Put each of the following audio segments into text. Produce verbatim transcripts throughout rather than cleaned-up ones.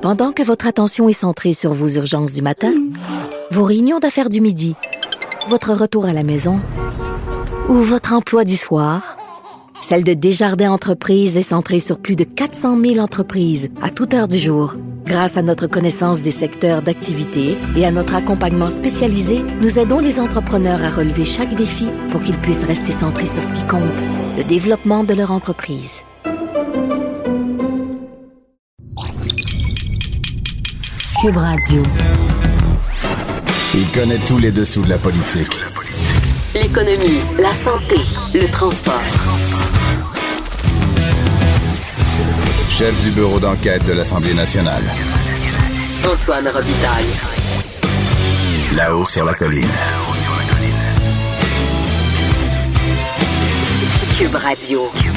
Pendant que votre attention est centrée sur vos urgences du matin, vos réunions d'affaires du midi, votre retour à la maison ou votre emploi du soir, celle de Desjardins Entreprises est centrée sur plus de quatre cent mille entreprises à toute heure du jour. Grâce à notre connaissance des secteurs d'activité et à notre accompagnement spécialisé, nous aidons les entrepreneurs à relever chaque défi pour qu'ils puissent rester centrés sur ce qui compte, le développement de leur entreprise. Cube Radio. Il connaît tous les dessous de la politique. L'économie, la santé, le transport. Chef du bureau d'enquête de l'Assemblée nationale. Antoine Robitaille. Là-haut sur la colline. Cube Radio.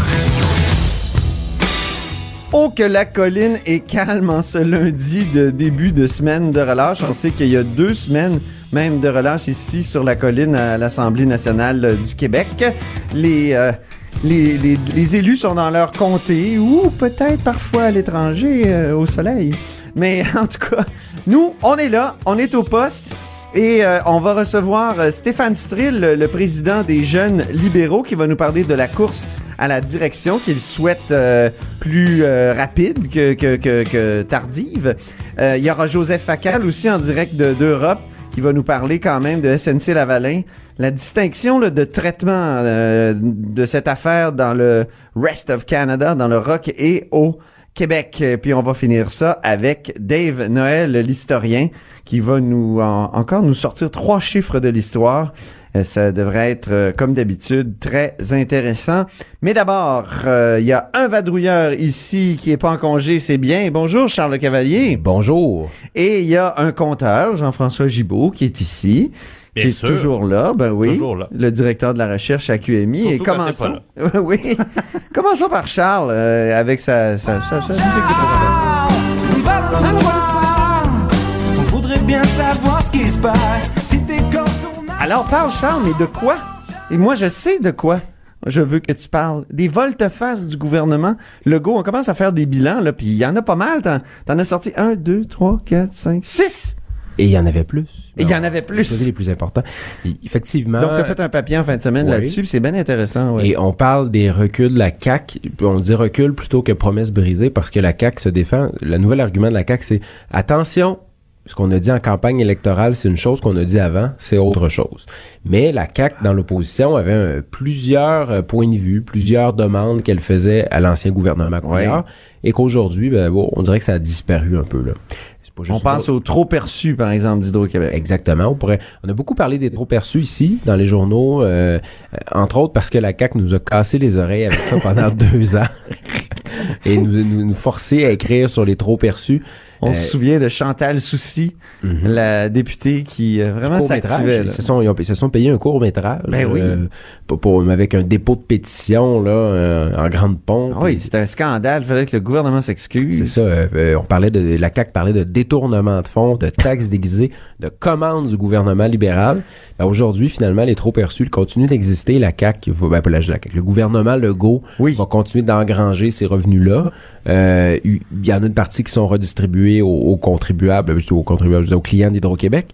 Oh, que la colline est calme en ce lundi de début de semaine de relâche. On sait qu'il y a deux semaines même de relâche ici sur la colline à l'Assemblée nationale du Québec. Les... Euh, Les, les, les élus sont dans leur comté ou peut-être parfois à l'étranger euh, au soleil. Mais en tout cas, nous, on est là, on est au poste et euh, on va recevoir euh, Stéphane Strill, le, le président des Jeunes libéraux, qui va nous parler de la course à la direction qu'il souhaite euh, plus euh, rapide que, que, que, que tardive. Euh, il y aura Joseph Facal aussi en direct de, d'Europe qui va nous parler quand même de S N C-Lavalin. La distinction là, de traitement euh, de cette affaire dans le Rest of Canada, dans le Rock et au Québec. Et puis on va finir ça avec Dave Noël, l'historien, qui va nous en, encore nous sortir trois chiffres de l'histoire. Euh, ça devrait être, euh, comme d'habitude, très intéressant. Mais d'abord, il euh, y a un vadrouilleur ici qui est pas en congé, c'est bien. Bonjour Charles Cavalier. Bonjour. Et il y a un compteur, Jean-François Gibault, qui est ici. Bien qui sûr. Est toujours là, ben oui, toujours là. Le directeur de la recherche à Q M I. Surtout et commençons, oui, commençons par Charles euh, avec sa, sa, sa, sa musique de présentation. On voudrait bien savoir ce qui se passe. Si t'es quand on a... Alors parle Charles, mais de quoi? Et moi je sais de quoi. Je veux que tu parles des volte-face du gouvernement. Legault, on commence à faire des bilans là, puis il y en a pas mal. T'en, t'en as sorti un, deux, trois, quatre, cinq, six. Et il y en avait plus. Et il y en avait plus. C'est les plus importants. Et effectivement. Donc, tu as fait un papier en fin de semaine oui. là-dessus, puis c'est bien intéressant. Oui. Et on parle des reculs de la C A Q. On dit recul plutôt que promesse brisée parce que la C A Q se défend. Le nouvel argument de la C A Q, c'est attention, ce qu'on a dit en campagne électorale, c'est une chose qu'on a dit avant, c'est autre chose. Mais la C A Q, dans l'opposition, avait un, plusieurs points de vue, plusieurs demandes qu'elle faisait à l'ancien gouvernement Couillard oui. et qu'aujourd'hui, ben, bon, on dirait que ça a disparu un peu, là. On pense aux trop perçus, par exemple, d'Hydro-Québec. Exactement. On pourrait. On a beaucoup parlé des trop perçus ici, dans les journaux, euh, entre autres parce que la C A Q nous a cassé les oreilles avec ça pendant deux ans et nous, nous, nous forcer à écrire sur les trop perçus. On euh, se souvient de Chantal Soucy, mm-hmm. la députée qui euh, vraiment s'activait. Ils se sont, ils ont, ils se sont payés un court-métrage. Ben oui. Euh, pour, pour, avec un dépôt de pétition là, euh, en grande pompe. Ah oui, c'était un scandale. Il fallait que le gouvernement s'excuse. C'est ça. Euh, on parlait de la C A Q parlait de détournement de fonds, de taxes déguisées, de commandes du gouvernement libéral. Ben, aujourd'hui, finalement, les trop perçus continuent d'exister. La C A Q, ben, pas la, la C A Q, le gouvernement Legault oui. va continuer d'engranger ces revenus-là. Euh, il y en a une partie qui sont redistribués aux, aux contribuables, aux contribuables, aux clients d'Hydro-Québec,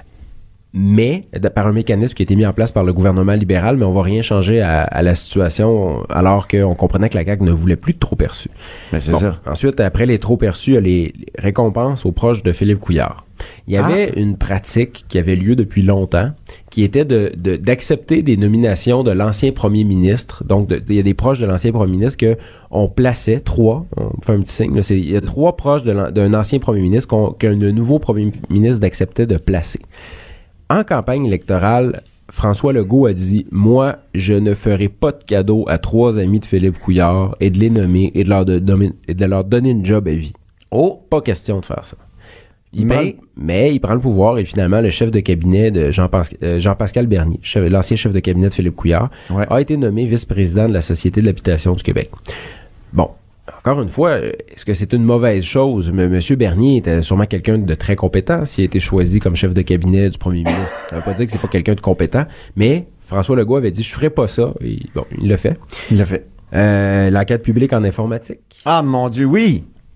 mais par un mécanisme qui a été mis en place par le gouvernement libéral, mais on va rien changer à, à la situation alors qu'on comprenait que la C A Q ne voulait plus de trop perçus. Mais c'est bon, ça. Ensuite, après les trop perçus, il y a les récompenses aux proches de Philippe Couillard. Il y avait ah. une pratique qui avait lieu depuis longtemps, qui était de, de d'accepter des nominations de l'ancien premier ministre. Donc, de, il y a des proches de l'ancien premier ministre que on plaçait trois. On fait un petit signe. Là, c'est, il y a trois proches de d'un ancien premier ministre qu'on, qu'un nouveau premier ministre acceptait de placer. En campagne électorale, François Legault a dit « Moi, je ne ferai pas de cadeau à trois amis de Philippe Couillard et de les nommer et de leur, de, de, et de leur donner une job à vie. » Oh, pas question de faire ça. Il mais, prend, mais il prend le pouvoir et finalement, le chef de cabinet de Jean-Pascal, euh, Jean-Pascal Bernier, chef, l'ancien chef de cabinet de Philippe Couillard, ouais. a été nommé vice-président de la Société de l'habitation du Québec. Bon. Encore une fois, est-ce que c'est une mauvaise chose? Monsieur Bernier était sûrement quelqu'un de très compétent s'il a été choisi comme chef de cabinet du premier ministre. Ça veut pas dire que c'est pas quelqu'un de compétent, mais François Legault avait dit « je ferai pas ça ». Et bon, il l'a fait. Il l'a fait. Euh, l'enquête publique en informatique. Ah, mon Dieu, oui!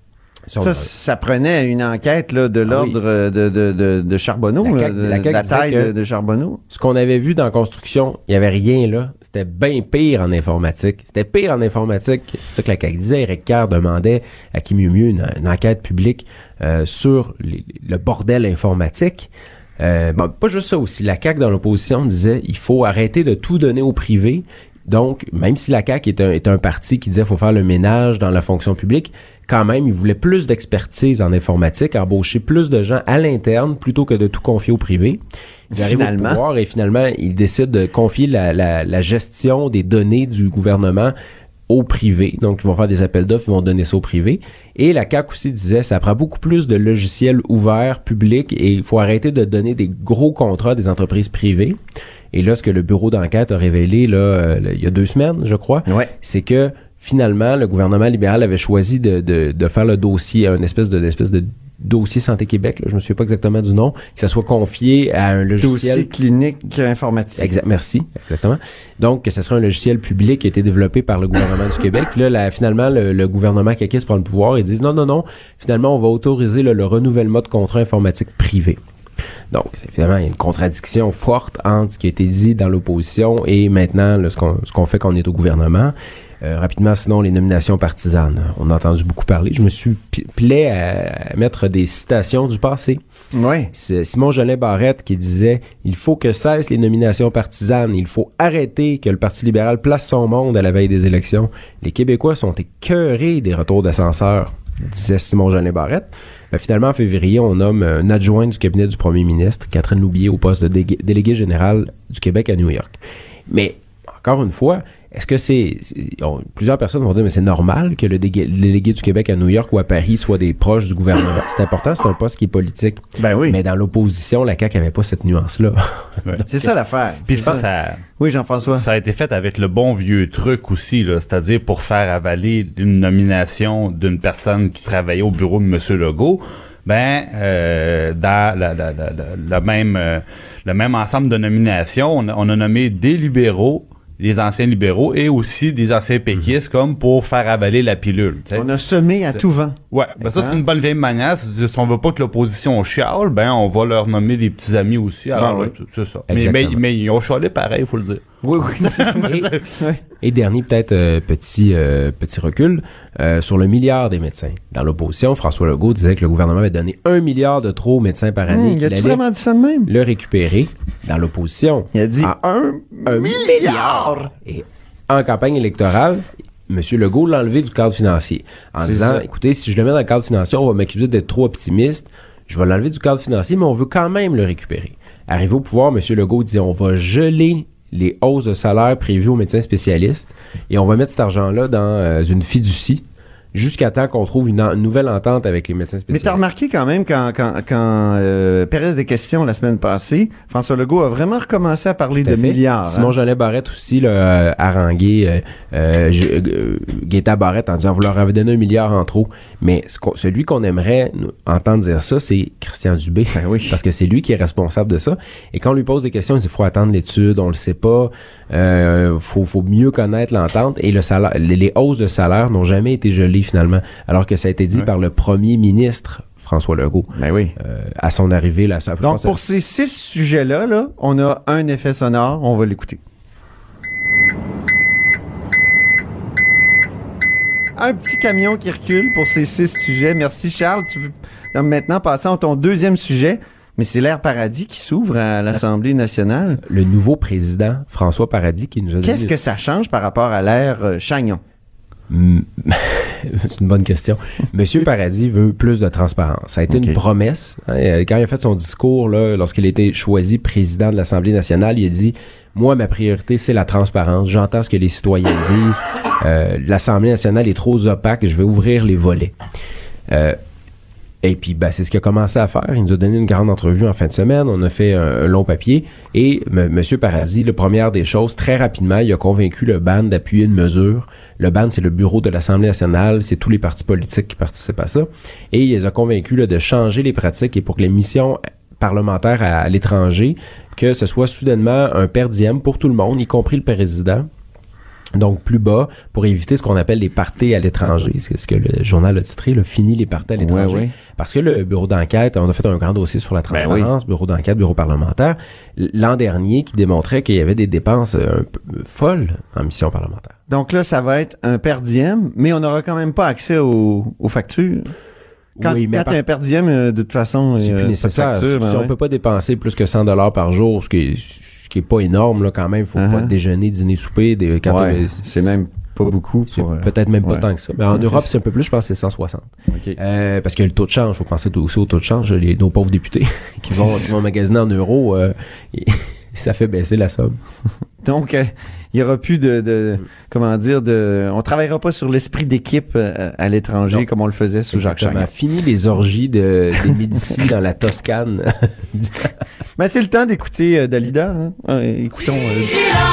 Ça, ça, ça prenait une enquête là, de l'ordre ah oui. de, de, de, de Charbonneau, la, C A Q, là, de, la, C A Q de la taille de, de Charbonneau. Ce qu'on avait vu dans la construction, il n'y avait rien là. C'était bien pire en informatique. C'était pire en informatique. C'est ça que la C A Q disait. Éric Kerr demandait à qui mieux mieux une, une enquête publique euh, sur les, le bordel informatique. Euh, bon, pas juste ça aussi. La C A Q dans l'opposition disait il faut arrêter de tout donner au privé. Donc, même si la C A Q est un, est un parti qui disait qu'il faut faire le ménage dans la fonction publique, quand même, il voulait plus d'expertise en informatique, embaucher plus de gens à l'interne plutôt que de tout confier au privé. Ils arrivent au pouvoir et finalement, ils décident de confier la, la, la gestion des données du gouvernement au privé. Donc, ils vont faire des appels d'offres, ils vont donner ça au privé. Et la C A Q aussi disait, ça prend beaucoup plus de logiciels ouverts, publics, et il faut arrêter de donner des gros contrats à des entreprises privées. Et là, ce que le bureau d'enquête a révélé là, euh, il y a deux semaines, je crois, ouais. c'est que finalement, le gouvernement libéral avait choisi de, de, de faire le dossier, un espèce de, une espèce de dossier Santé Québec, là, je me souviens pas exactement du nom, que ça soit confié à un logiciel... Dossier clinique informatique. Exact, merci, exactement. Donc, que ce serait un logiciel public qui a été développé par le gouvernement du Québec. Puis là, là, finalement, le, le gouvernement caquiste prend le pouvoir et disent non, non, non, finalement, on va autoriser là, le renouvellement de contrats informatiques privés. Donc, évidemment, il y a une contradiction forte entre ce qui a été dit dans l'opposition et maintenant là, ce, qu'on, ce qu'on fait quand on est au gouvernement. Euh, rapidement, sinon, les nominations partisanes. On a entendu beaucoup parler. Je me suis p- plaît à, à mettre des citations du passé. Oui. C'est Simon Jolin Barrette qui disait « Il faut que cessent les nominations partisanes. Il faut arrêter que le Parti libéral place son monde à la veille des élections. Les Québécois sont écœurés des retours d'ascenseur. » disait Simon Jolin Barrette. Euh, finalement, en février, on nomme un adjoint du cabinet du premier ministre, Catherine Loubier, au poste de dé- délégué général du Québec à New York. Mais, encore une fois, est-ce que c'est... c'est on, plusieurs personnes vont dire, mais c'est normal que le, dé- le délégué du Québec à New York ou à Paris soit des proches du gouvernement. C'est important, c'est un poste qui est politique. Ben oui. Mais dans l'opposition, la C A Q n'avait pas cette nuance-là. Ouais. C'est ça l'affaire. Puis c'est ça, ça. ça, oui, Jean-François. Ça a été fait avec le bon vieux truc aussi, là, c'est-à-dire pour faire avaler une nomination d'une personne qui travaillait au bureau de M. Legault, ben, euh, dans la, la, la, la, la même, euh, le même ensemble de nominations, on a, on a nommé des libéraux, des anciens libéraux et aussi des anciens péquistes mmh. comme pour faire avaler la pilule. T'sais. On a semé à c'est, tout vent. Ouais, ben ça c'est une bonne vieille manière. Si on veut pas que l'opposition chiale, ben on va leur nommer des petits amis aussi. Alors, ah, oui. c'est, c'est ça. Mais, mais, mais ils ont chialé pareil, il faut le dire. Oui, oui. et, et dernier peut-être euh, petit euh, petit recul euh, sur le milliard des médecins. Dans l'opposition, François Legault disait que le gouvernement avait donné un milliard de trop aux médecins par année. Mmh, il a-tu vraiment dit ça de même? Le récupérer. Dans l'opposition. Il a dit en, un, un milliard. Et en campagne électorale, M. Legault l'a enlevé du cadre financier. En C'est disant, ça. écoutez, si je le mets dans le cadre financier, on va m'accuser d'être trop optimiste. Je vais l'enlever du cadre financier, mais on veut quand même le récupérer. Arrivé au pouvoir, M. Legault dit, on va geler les hausses de salaire prévues aux médecins spécialistes et on va mettre cet argent-là dans euh, une fiducie jusqu'à temps qu'on trouve une, en, une nouvelle entente avec les médecins spécialistes. Mais t'as remarqué quand même, quand, quand, quand euh, période des questions la semaine passée, François Legault a vraiment recommencé à parler de fait. milliards. Simon hein? Jolin Barrette aussi là, euh, harangué euh, euh, euh, Gaétan Barrette en disant vous leur avez donné un milliard en trop. Mais ce qu'on, celui qu'on aimerait nous, entendre dire ça, c'est Christian Dubé. Ben oui. Parce que c'est lui qui est responsable de ça. Et quand on lui pose des questions, il dit il faut attendre l'étude, on le sait pas, euh, faut, faut mieux connaître l'entente. Et le salaire, les, les hausses de salaire n'ont jamais été gelées finalement. Alors que ça a été dit ouais. par le premier ministre François Legault. Ben oui. Euh, à son arrivée là. Ça, Donc pour ces six sujets-là, là, on a un effet sonore. On va l'écouter. Un petit camion qui recule pour ces six sujets. Merci Charles. Tu veux maintenant passer à ton deuxième sujet. Mais c'est l'ère Paradis qui s'ouvre à l'Assemblée nationale. Le nouveau président François Paradis qui nous a donné... Qu'est-ce que ça change par rapport à l'ère Chagnon? C'est une bonne question. Monsieur Paradis veut plus de transparence. Ça a été okay. une promesse. Hein, quand il a fait son discours, là, lorsqu'il a été choisi président de l'Assemblée nationale, il a dit « Moi, ma priorité, c'est la transparence. J'entends ce que les citoyens disent. Euh, L'Assemblée nationale est trop opaque. Je vais ouvrir les volets. Euh, » Et puis, ben, c'est ce qu'il a commencé à faire. Il nous a donné une grande entrevue en fin de semaine. On a fait un, un long papier. Et M. Monsieur Paradis, la première des choses, très rapidement, il a convaincu le B A N d'appuyer une mesure. Le B A N, c'est le bureau de l'Assemblée nationale. C'est tous les partis politiques qui participent à ça. Et il les a convaincus là, de changer les pratiques et pour que les missions parlementaires à, à l'étranger, que ce soit soudainement un per diem pour tout le monde, y compris le président. Donc, plus bas, pour éviter ce qu'on appelle les parties à l'étranger. C'est ce que le journal a titré, le fini les parties à l'étranger. Ouais, ouais. Parce que le bureau d'enquête, on a fait un grand dossier sur la transparence, ben oui. bureau d'enquête, bureau parlementaire, l'an dernier, qui démontrait qu'il y avait des dépenses un peu folles en mission parlementaire. Donc là, ça va être un per diem, mais on n'aura quand même pas accès aux, aux factures. Quand, oui, quand par... t'as un per diem, euh, de toute façon, c'est plus nécessaire. Facture, si ben on ouais. peut pas dépenser plus que cent dollars par jour, ce qui est, ce qui est pas énorme, là, quand même. Faut uh-huh. pas déjeuner, dîner, souper. Des, quand ouais, c'est, c'est même pas beaucoup. C'est pour, peut-être même pas ouais. tant que ça. Mais en Europe, c'est un peu plus, je pense que c'est cent soixante. Okay. Euh, parce que le taux de change, faut penser aussi au taux de change. Les, nos pauvres députés qui vont, qui vont magasiner en euros, euh, et, ça fait baisser la somme. Donc, il euh, y aura plus de, de, comment dire, de, on travaillera pas sur l'esprit d'équipe euh, à l'étranger non. comme on le faisait sous Jacques Chagnon. Fini les orgies de, des Médicis dans la Toscane. Ben, c'est le temps d'écouter euh, Dalida. Hein? Ah, écoutons. Euh,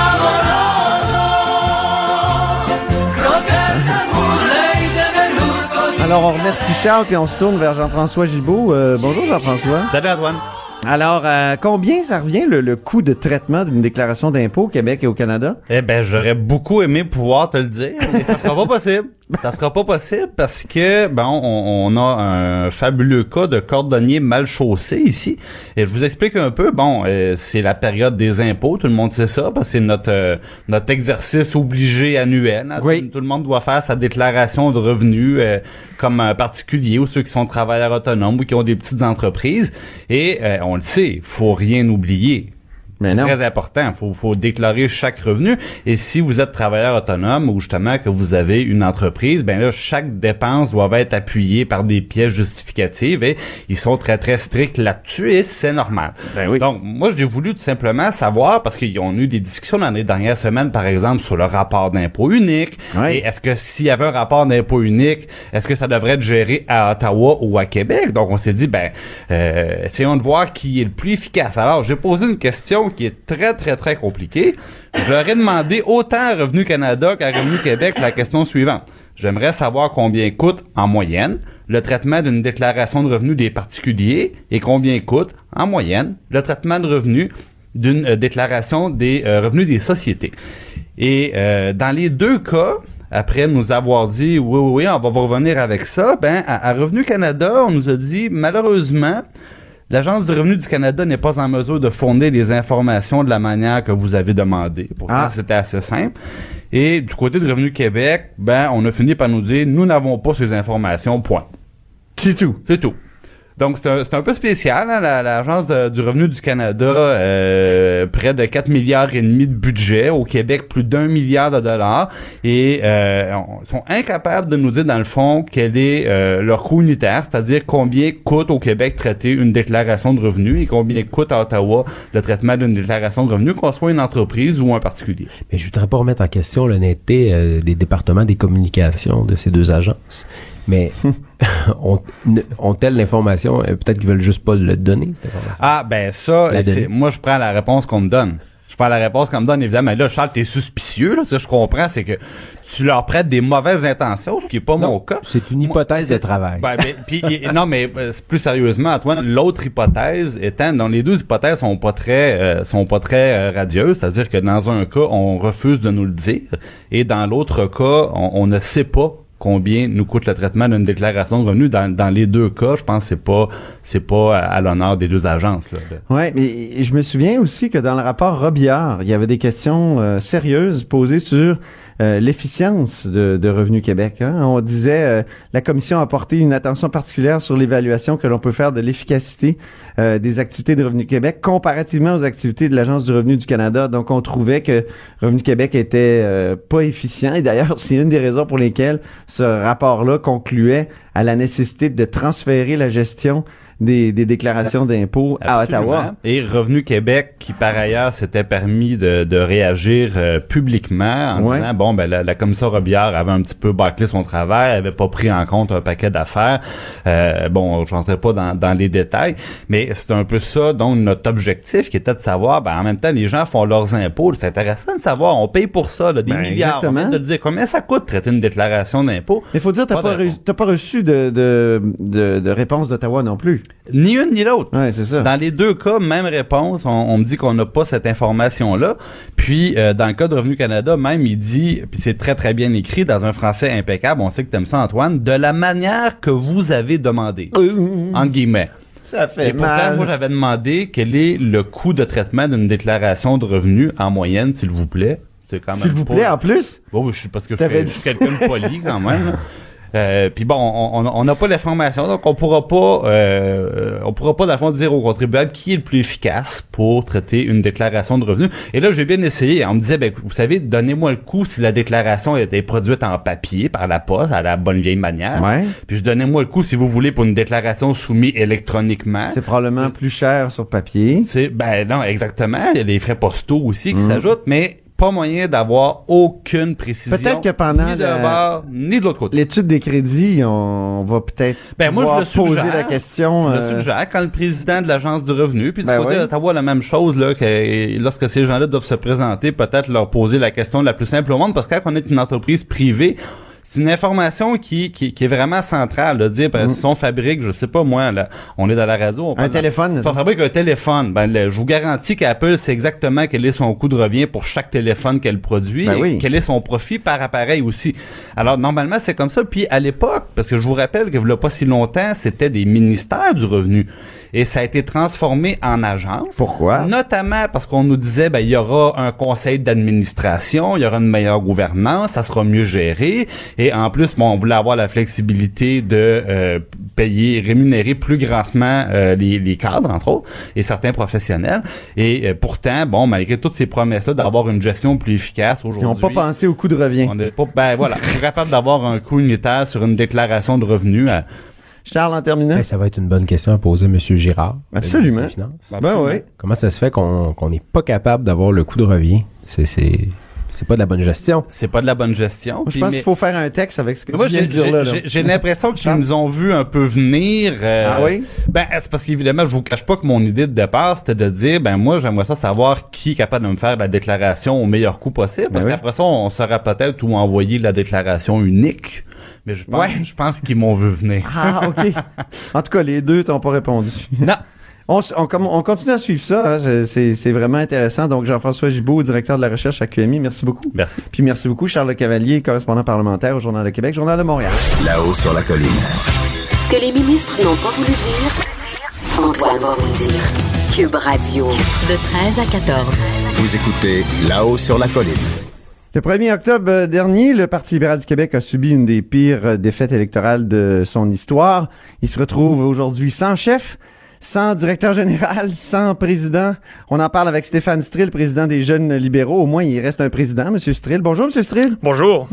Alors, on remercie Charles, puis on se tourne vers Jean-François Gibault. Euh, bonjour, Jean-François. Salut, Antoine. Alors, euh, combien ça revient le, le coût de traitement d'une déclaration d'impôt au Québec et au Canada? Eh ben, j'aurais beaucoup aimé pouvoir te le dire, mais ça sera pas possible. Ça sera pas possible parce que, bon, on, on a un fabuleux cas de cordonnier mal chaussé ici. Et je vous explique un peu. Bon, euh, c'est la période des impôts, tout le monde sait ça, parce que c'est notre euh, notre exercice obligé annuel. Hein. Oui. Tout, tout le monde doit faire sa déclaration de revenus euh, comme un particulier ou ceux qui sont travailleurs autonomes ou qui ont des petites entreprises. Et euh, on le sait, faut rien oublier. Mais c'est non. très important. Faut, faut déclarer chaque revenu. Et si vous êtes travailleur autonome ou justement que vous avez une entreprise, ben là, chaque dépense doit être appuyée par des pièces justificatives et ils sont très, très stricts là-dessus et c'est normal. Ben oui. Donc, moi, j'ai voulu tout simplement savoir, parce qu'ils ont eu des discussions dans les dernières semaines, par exemple, sur le rapport d'impôt unique. Oui. Et est-ce que s'il y avait un rapport d'impôt unique, est-ce que ça devrait être géré à Ottawa ou à Québec? Donc, on s'est dit, ben, euh, essayons de voir qui est le plus efficace. Alors, j'ai posé une question qui est très, très, très compliqué. Je leur ai demandé autant à Revenu Canada qu'à Revenu Québec la question suivante. J'aimerais savoir combien coûte, en moyenne, le traitement d'une déclaration de revenus des particuliers et combien coûte, en moyenne, le traitement de revenus d'une euh, déclaration des euh, revenus des sociétés. Et euh, dans les deux cas, après nous avoir dit « oui, oui, oui, on va vous revenir avec ça », ben à, à Revenu Canada, on nous a dit « malheureusement, l'Agence du revenu du Canada n'est pas en mesure de fournir les informations de la manière que vous avez demandé. » Pourtant, ah. c'était assez simple. Et du côté de Revenu Québec, ben, on a fini par nous dire « nous n'avons pas ces informations, point. » C'est tout. C'est tout. Donc, c'est un, c'est un peu spécial, hein, la, l'Agence de, du revenu du Canada, euh, près de quatre milliards et demi de budget. Au Québec, plus d'un milliard de dollars. Et euh, ils sont incapables de nous dire, dans le fond, quel est euh, leur coût unitaire, c'est-à-dire combien coûte au Québec traiter une déclaration de revenus et combien coûte à Ottawa le traitement d'une déclaration de revenus, qu'on soit une entreprise ou un particulier. Mais je voudrais pas remettre en question l'honnêteté euh, des départements des communications de ces deux agences. Mais ont, ont-elles l'information? Peut-être qu'ils veulent juste pas le donner, cette information. Ah, ben ça, c'est, moi, je prends la réponse qu'on me donne. Je prends la réponse qu'on me donne, évidemment. Mais là, Charles, t'es suspicieux, là. Ça, je comprends, c'est que tu leur prêtes des mauvaises intentions, ce qui est pas non, mon cas. C'est une hypothèse moi, de travail. Ben, ben, puis, non, mais plus sérieusement, Antoine, l'autre hypothèse étant, dans les deux hypothèses sont pas très, euh, sont pas très euh, radieuses. C'est-à-dire que dans un cas, on refuse de nous le dire. Et dans l'autre cas, on, on ne sait pas combien nous coûte le traitement d'une déclaration de revenus. Dans, dans les deux cas, je pense que c'est pas c'est pas à, à l'honneur des deux agences. Oui, mais je me souviens aussi que dans le rapport Robillard, il y avait des questions euh, sérieuses posées sur euh, l'efficience de, de Revenu Québec. Hein? On disait euh, la commission a porté une attention particulière sur l'évaluation que l'on peut faire de l'efficacité euh, des activités de Revenu Québec comparativement aux activités de l'Agence du revenu du Canada. Donc, on trouvait que Revenu Québec était euh, pas efficient. Et d'ailleurs, c'est une des raisons pour lesquelles ce rapport-là concluait à la nécessité de transférer la gestion des, des déclarations d'impôts à Ottawa. Et Revenu Québec, qui par ailleurs s'était permis de, de réagir euh, publiquement en ouais. disant, bon, ben la, la commission Robillard avait un petit peu bâclé son travail, avait pas pris en compte un paquet d'affaires. Euh, bon, je rentrais pas dans, dans les détails, mais c'est un peu ça, donc, notre objectif, qui était de savoir, ben en même temps, les gens font leurs impôts. C'est intéressant de savoir, on paye pour ça, là, des ben, milliards. Exactement. On vient de dire combien ça coûte traiter une déclaration d'impôt. Mais faut dire, t'as pas, pas, reçu, t'as pas reçu de, de, de, de réponse d'Ottawa non plus. Ni une ni l'autre. Ouais, c'est ça. Dans les deux cas, même réponse. On, on me dit qu'on n'a pas cette information-là. Puis, euh, dans le cas de Revenu Canada, même, il dit, puis c'est très, très bien écrit, dans un français impeccable, on sait que t'aimes ça, Antoine, de la manière que vous avez demandé. Euh, En guillemets. Ça fait Et pourtant, mal. moi, j'avais demandé quel est le coût de traitement d'une déclaration de revenus en moyenne, s'il vous plaît. C'est quand même S'il vous pas- plaît, en plus. Bon, je suis parce que je, T'avais fais- dit- je suis quelqu'un de poli quand même. Euh, puis bon, on n'a pas l'information, donc on pourra pas, euh, on pourra pas dans le fond dire au contribuable qui est le plus efficace pour traiter une déclaration de revenus. Et là, j'ai bien essayé. On me disait, ben, vous savez, donnez-moi le coût si la déclaration était produite en papier par la poste à la bonne vieille manière. Ouais. Puis je donnez-moi le coût si vous voulez pour une déclaration soumise électroniquement. C'est probablement plus cher sur papier. C'est ben non, exactement. Il y a les frais postaux aussi qui Mm. s'ajoutent, mais pas moyen d'avoir aucune précision. Peut-être que pendant ni de la- bord, ni de l'autre côté. L'étude des crédits, on va peut-être Ben, moi, je pouvoir le suggère. poser la question. Je le euh, suggère quand le président de l'Agence du revenu, puis du Ben côté oui. d'Ottawa, la même chose, là, que lorsque ces gens-là doivent se présenter, peut-être leur poser la question la plus simple au monde, parce que quand on est une entreprise privée, c'est une information qui, qui, qui est vraiment centrale, de dire, ben, Mm. si on fabrique, je sais pas moi, là, on est dans la radio, on Un parle- téléphone. Si on fabrique un téléphone, ben, le- je vous garantis qu'Apple sait exactement quel est son coût de revient pour chaque téléphone qu'elle produit, Ben et oui. quel est son profit par appareil aussi. Alors, normalement, c'est comme ça. Puis, à l'époque, parce que je vous rappelle que, il y a pas si longtemps, c'était des ministères du revenu. Et ça a été transformé en agence. Pourquoi? Notamment parce qu'on nous disait, ben, il y aura un conseil d'administration, il y aura une meilleure gouvernance, ça sera mieux géré. Et en plus, bon, on voulait avoir la flexibilité de euh, payer, rémunérer plus grassement euh, les, les cadres, entre autres, et certains professionnels. Et euh, pourtant, bon, malgré toutes ces promesses-là d'avoir une gestion plus efficace Ils aujourd'hui. n'ont pas pensé au coût de revient. On n'est pas, ben voilà, on est capable d'avoir un coût unitaire sur une déclaration de revenus. À, Charles, en terminant. Ben, ça va être une bonne question à poser à M. Girard. Absolument. des Finances. Ben oui. Comment ça se fait qu'on qu'on n'est pas capable d'avoir le coût de revient? C'est, c'est, c'est pas de la bonne gestion. c'est pas de la bonne gestion. Moi, je Puis, pense mais- qu'il faut faire un texte avec ce que Moi, tu viens j'ai, de dire j'ai- là. là. j'ai- j'ai l'impression qu'ils Charles? nous ont vu un peu venir. euh, Ah oui? Ben, c'est parce qu'évidemment, je vous cache pas que mon idée de départ, c'était de dire, ben moi, j'aimerais ça savoir qui est capable de me faire la déclaration au meilleur coût possible, parce Ben oui. qu'après ça, on saura peut-être où envoyer la déclaration unique. Mais je pense, Ouais. je pense qu'ils m'ont vu venir. Ah, OK. En tout cas, les deux t'ont pas répondu. Non. On, s- on, com- on continue à suivre ça. hein. Je- C'est, c'est vraiment intéressant. Donc, Jean-François Gibault, directeur de la recherche à Q M I, merci beaucoup. Merci. Puis merci beaucoup, Charles Le Cavalier, correspondant parlementaire au Journal de Québec, Journal de Montréal. Là-haut sur la colline. Ce que les ministres n'ont pas voulu dire, Antoine va vous dire. Cube Radio. De treize à quatorze. Vous écoutez Là-haut sur la colline. Le premier octobre euh, dernier, le Parti libéral du Québec a subi une des pires euh, défaites électorales de son histoire. Il se retrouve aujourd'hui sans chef, sans directeur général, sans président. On en parle avec Stéphane Strill, président des Jeunes libéraux. Au moins, il reste un président, M. Strill. Bonjour, M. Strill. Bonjour.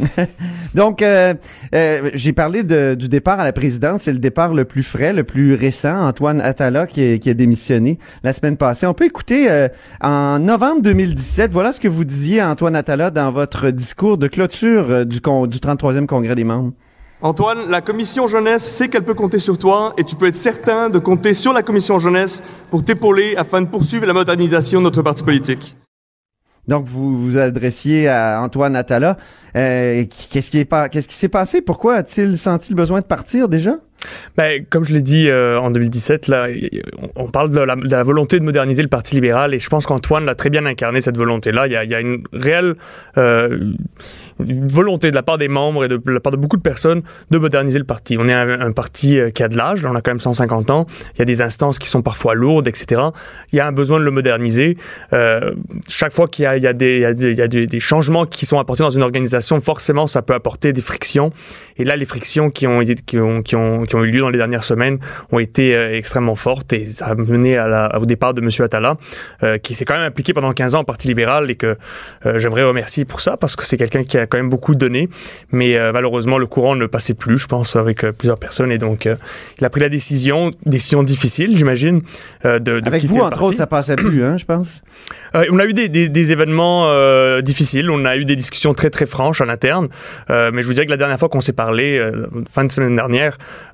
Donc, euh, euh, j'ai parlé de, du départ à la présidence. C'est le départ le plus frais, le plus récent. Antoine Attala qui, est- qui a démissionné la semaine passée. On peut écouter euh, en novembre deux mille dix-sept. Voilà ce que vous disiez, Antoine Attala, dans votre discours de clôture euh, du, con, du trente-troisième congrès des membres. Antoine, la commission jeunesse sait qu'elle peut compter sur toi et tu peux être certain de compter sur la commission jeunesse pour t'épauler afin de poursuivre la modernisation de notre parti politique. Donc, vous vous adressiez à Antoine Attala. Euh, qu'est-ce qui est pas, qu'est-ce qui s'est passé? Pourquoi a-t-il senti le besoin de partir déjà? Ben, comme je l'ai dit euh, en deux mille dix-sept, là, on parle de la, de la volonté de moderniser le Parti libéral et je pense qu'Antoine l'a très bien incarné, cette volonté-là. Il y a, il y a une réelle euh, une volonté de la part des membres et de, de la part de beaucoup de personnes de moderniser le parti. On est un, un parti qui a de l'âge, on a quand même cent cinquante ans, il y a des instances qui sont parfois lourdes, et cetera. Il y a un besoin de le moderniser. Euh, chaque fois qu'il y a, il y a, des, il y a, des, il y a des, des changements qui sont apportés dans une organisation, forcément, ça peut apporter des frictions. Et là, les frictions qui ont, qui ont, qui ont, qui ont eu lieu dans les dernières semaines ont été euh, extrêmement fortes et ça a mené à la, au départ de M. Attala, euh, qui s'est quand même impliqué pendant quinze ans au Parti libéral et que euh, j'aimerais remercier pour ça parce que c'est quelqu'un qui a quand même beaucoup donné, mais euh, malheureusement le courant ne passait plus, je pense, avec euh, plusieurs personnes et donc euh, il a pris la décision, décision difficile, j'imagine, euh, de, de Avec quitter vous, le entre parti. autres, ça passait plus, hein, je pense. Euh, on a eu des, des, des événements euh, difficiles, on a eu des discussions très très franches en interne, euh, mais je vous dirais que la dernière fois qu'on s'est parlé, euh, fin de semaine dernière, euh,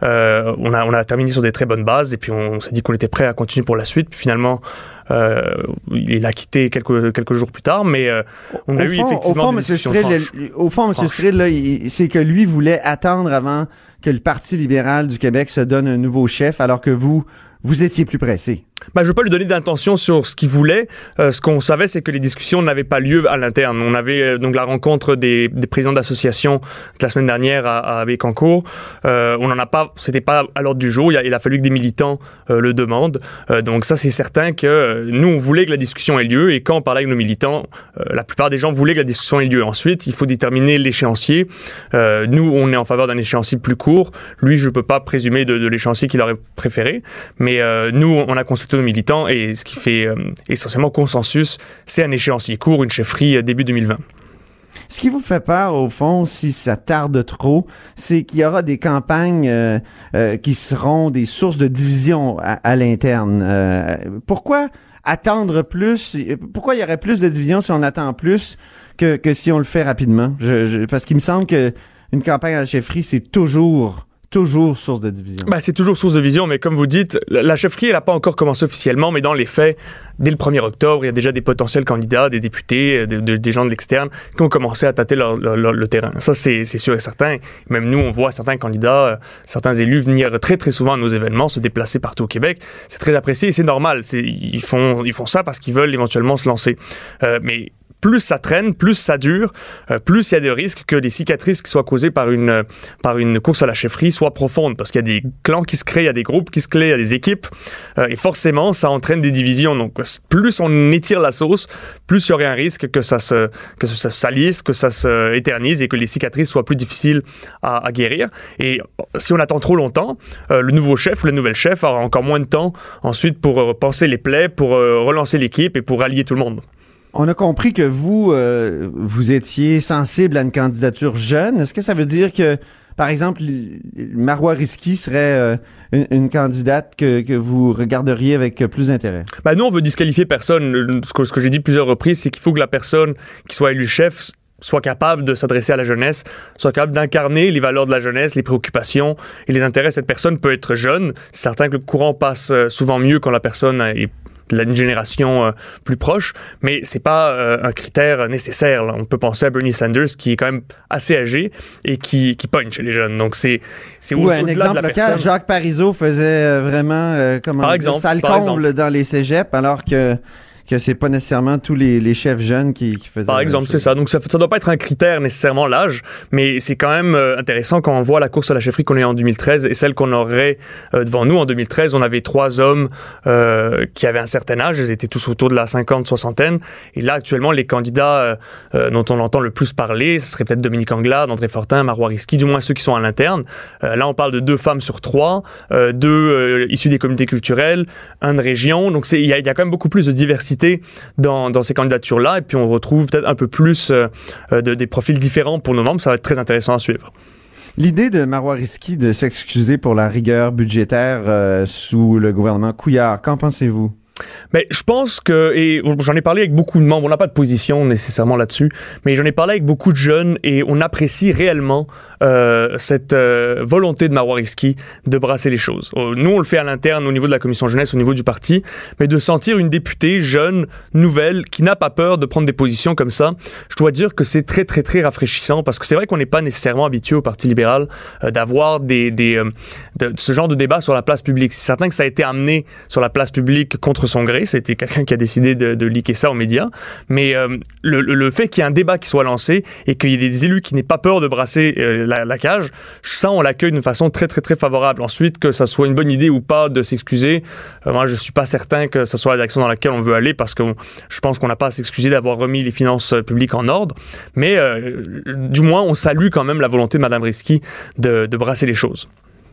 Euh, on a on a terminé sur des très bonnes bases et puis on, on s'est dit qu'on était prêt à continuer pour la suite. Puis finalement, euh, il a quitté quelques quelques jours plus tard, mais euh, on a au eu fond, effectivement au fond, des M. discussions Strill, franches. le- Au fond, M. Strill, là, il- c'est que lui voulait attendre avant que le Parti libéral du Québec se donne un nouveau chef, alors que vous, vous étiez plus pressé. Ben, je ne veux pas lui donner d'intention sur ce qu'il voulait. Euh, ce qu'on savait, c'est que les discussions n'avaient pas lieu à l'interne. On avait euh, donc la rencontre des, des présidents d'associations de la semaine dernière à, à Bécancour. Euh, on n'en a pas, c'était pas à l'ordre du jour. Il a, il a fallu que des militants euh, le demandent. Euh, donc ça, c'est certain que euh, nous, on voulait que la discussion ait lieu. Et quand on parlait avec nos militants, euh, la plupart des gens voulaient que la discussion ait lieu. Ensuite, il faut déterminer l'échéancier. Euh, nous, on est en faveur d'un échéancier plus court. Lui, je ne peux pas présumer de, de l'échéancier qu'il aurait préféré. Mais euh, nous, on a consulté nos militants et ce qui fait euh, essentiellement consensus, c'est un échéancier court, une chefferie euh, début deux mille vingt. Ce qui vous fait peur, au fond, si ça tarde trop, c'est qu'il y aura des campagnes euh, euh, qui seront des sources de division à, à l'interne. Euh, pourquoi attendre plus? Pourquoi il y aurait plus de division si on attend plus que, que si on le fait rapidement? Je, je, parce qu'il me semble que une campagne à la chefferie, c'est toujours... toujours source de division. Ben, c'est toujours source de division, mais comme vous dites, la, la chefferie, elle n'a pas encore commencé officiellement, mais dans les faits, dès le premier octobre, il y a déjà des potentiels candidats, des députés, de, de, des gens de l'externe qui ont commencé à tâter leur, leur, leur, le terrain. Ça, c'est, c'est sûr et certain. Même nous, on voit certains candidats, euh, certains élus venir très, très souvent à nos événements, se déplacer partout au Québec. C'est très apprécié et c'est normal. C'est, ils, font, ils font ça parce qu'ils veulent éventuellement se lancer. Euh, mais plus ça traîne, plus ça dure, euh, plus il y a de risques que les cicatrices qui soient causées par une, euh, par une course à la chefferie soient profondes, parce qu'il y a des clans qui se créent, il y a des groupes qui se créent, il y a des équipes, euh, et forcément, ça entraîne des divisions. Donc, plus on étire la sauce, plus il y aurait un risque que ça se, que ça se salisse, que ça se éternise et que les cicatrices soient plus difficiles à, à guérir. Et si on attend trop longtemps, euh, le nouveau chef ou la nouvelle chef aura encore moins de temps ensuite pour euh, penser les plaies, pour euh, relancer l'équipe et pour rallier tout le monde. On a compris que vous, euh, vous étiez sensible à une candidature jeune. Est-ce que ça veut dire que, par exemple, Marois Risky serait euh, une, une candidate que, que vous regarderiez avec plus d'intérêt? Ben nous, on veut disqualifier personne. Ce que, ce que j'ai dit plusieurs reprises, c'est qu'il faut que la personne qui soit élue chef soit capable de s'adresser à la jeunesse, soit capable d'incarner les valeurs de la jeunesse, les préoccupations et les intérêts. Cette personne peut être jeune. C'est certain que le courant passe souvent mieux quand la personne est d'une génération euh, plus proche, mais c'est pas euh, un critère nécessaire. Là. On peut penser à Bernie Sanders, qui est quand même assez âgé et qui, qui pogne chez les jeunes. Donc, c'est, c'est au, ouais, un au-delà exemple de la local, personne. Jacques Parizeau faisait euh, vraiment euh, comment par dire, exemple, sale par comble exemple. dans les cégeps, alors que que c'est pas nécessairement tous les, les chefs jeunes qui, qui faisaient. Par exemple, c'est ça. Donc, ça, ça doit pas être un critère nécessairement l'âge, mais c'est quand même euh, intéressant quand on voit la course à la chefferie qu'on a en deux mille treize et celle qu'on aurait euh, devant nous en deux mille treize. On avait trois hommes euh, qui avaient un certain âge. Ils étaient tous autour de la cinquante, soixantaine. Et là, actuellement, les candidats euh, euh, dont on entend le plus parler, ce serait peut-être Dominique Anglade, André Fortin, Marois Risky, du moins ceux qui sont à l'interne. Euh, là, on parle de deux femmes sur trois, euh, deux euh, issues des communautés culturelles, un de région. Donc, il y, y a quand même beaucoup plus de diversité dans dans ces candidatures-là, et puis on retrouve peut-être un peu plus euh, de, des profils différents pour nos membres. Ça va être très intéressant à suivre. L'idée de Marois Risky de s'excuser pour la rigueur budgétaire euh, sous le gouvernement Couillard, qu'en pensez-vous? Mais je pense que, et j'en ai parlé avec beaucoup de membres, on n'a pas de position nécessairement là-dessus, mais j'en ai parlé avec beaucoup de jeunes et on apprécie réellement euh, cette euh, volonté de Marois Risky de brasser les choses. Nous, on le fait à l'interne au niveau de la commission jeunesse, au niveau du parti, mais de sentir une députée jeune, nouvelle, qui n'a pas peur de prendre des positions comme ça, je dois dire que c'est très, très, très rafraîchissant, parce que c'est vrai qu'on n'est pas nécessairement habitué au Parti libéral euh, d'avoir des, des, euh, de, ce genre de débat sur la place publique. C'est certain que ça a été amené sur la place publique contre son gré, c'était quelqu'un qui a décidé de, de leaker ça aux médias, mais euh, le, le fait qu'il y ait un débat qui soit lancé et qu'il y ait des élus qui n'aient pas peur de brasser euh, la, la cage, ça on l'accueille d'une façon très très très favorable. Ensuite, que ça soit une bonne idée ou pas de s'excuser, euh, moi je suis pas certain que ça soit la direction dans laquelle on veut aller, parce que je pense qu'on n'a pas à s'excuser d'avoir remis les finances publiques en ordre, mais euh, du moins on salue quand même la volonté de Mme Risky de, de brasser les choses.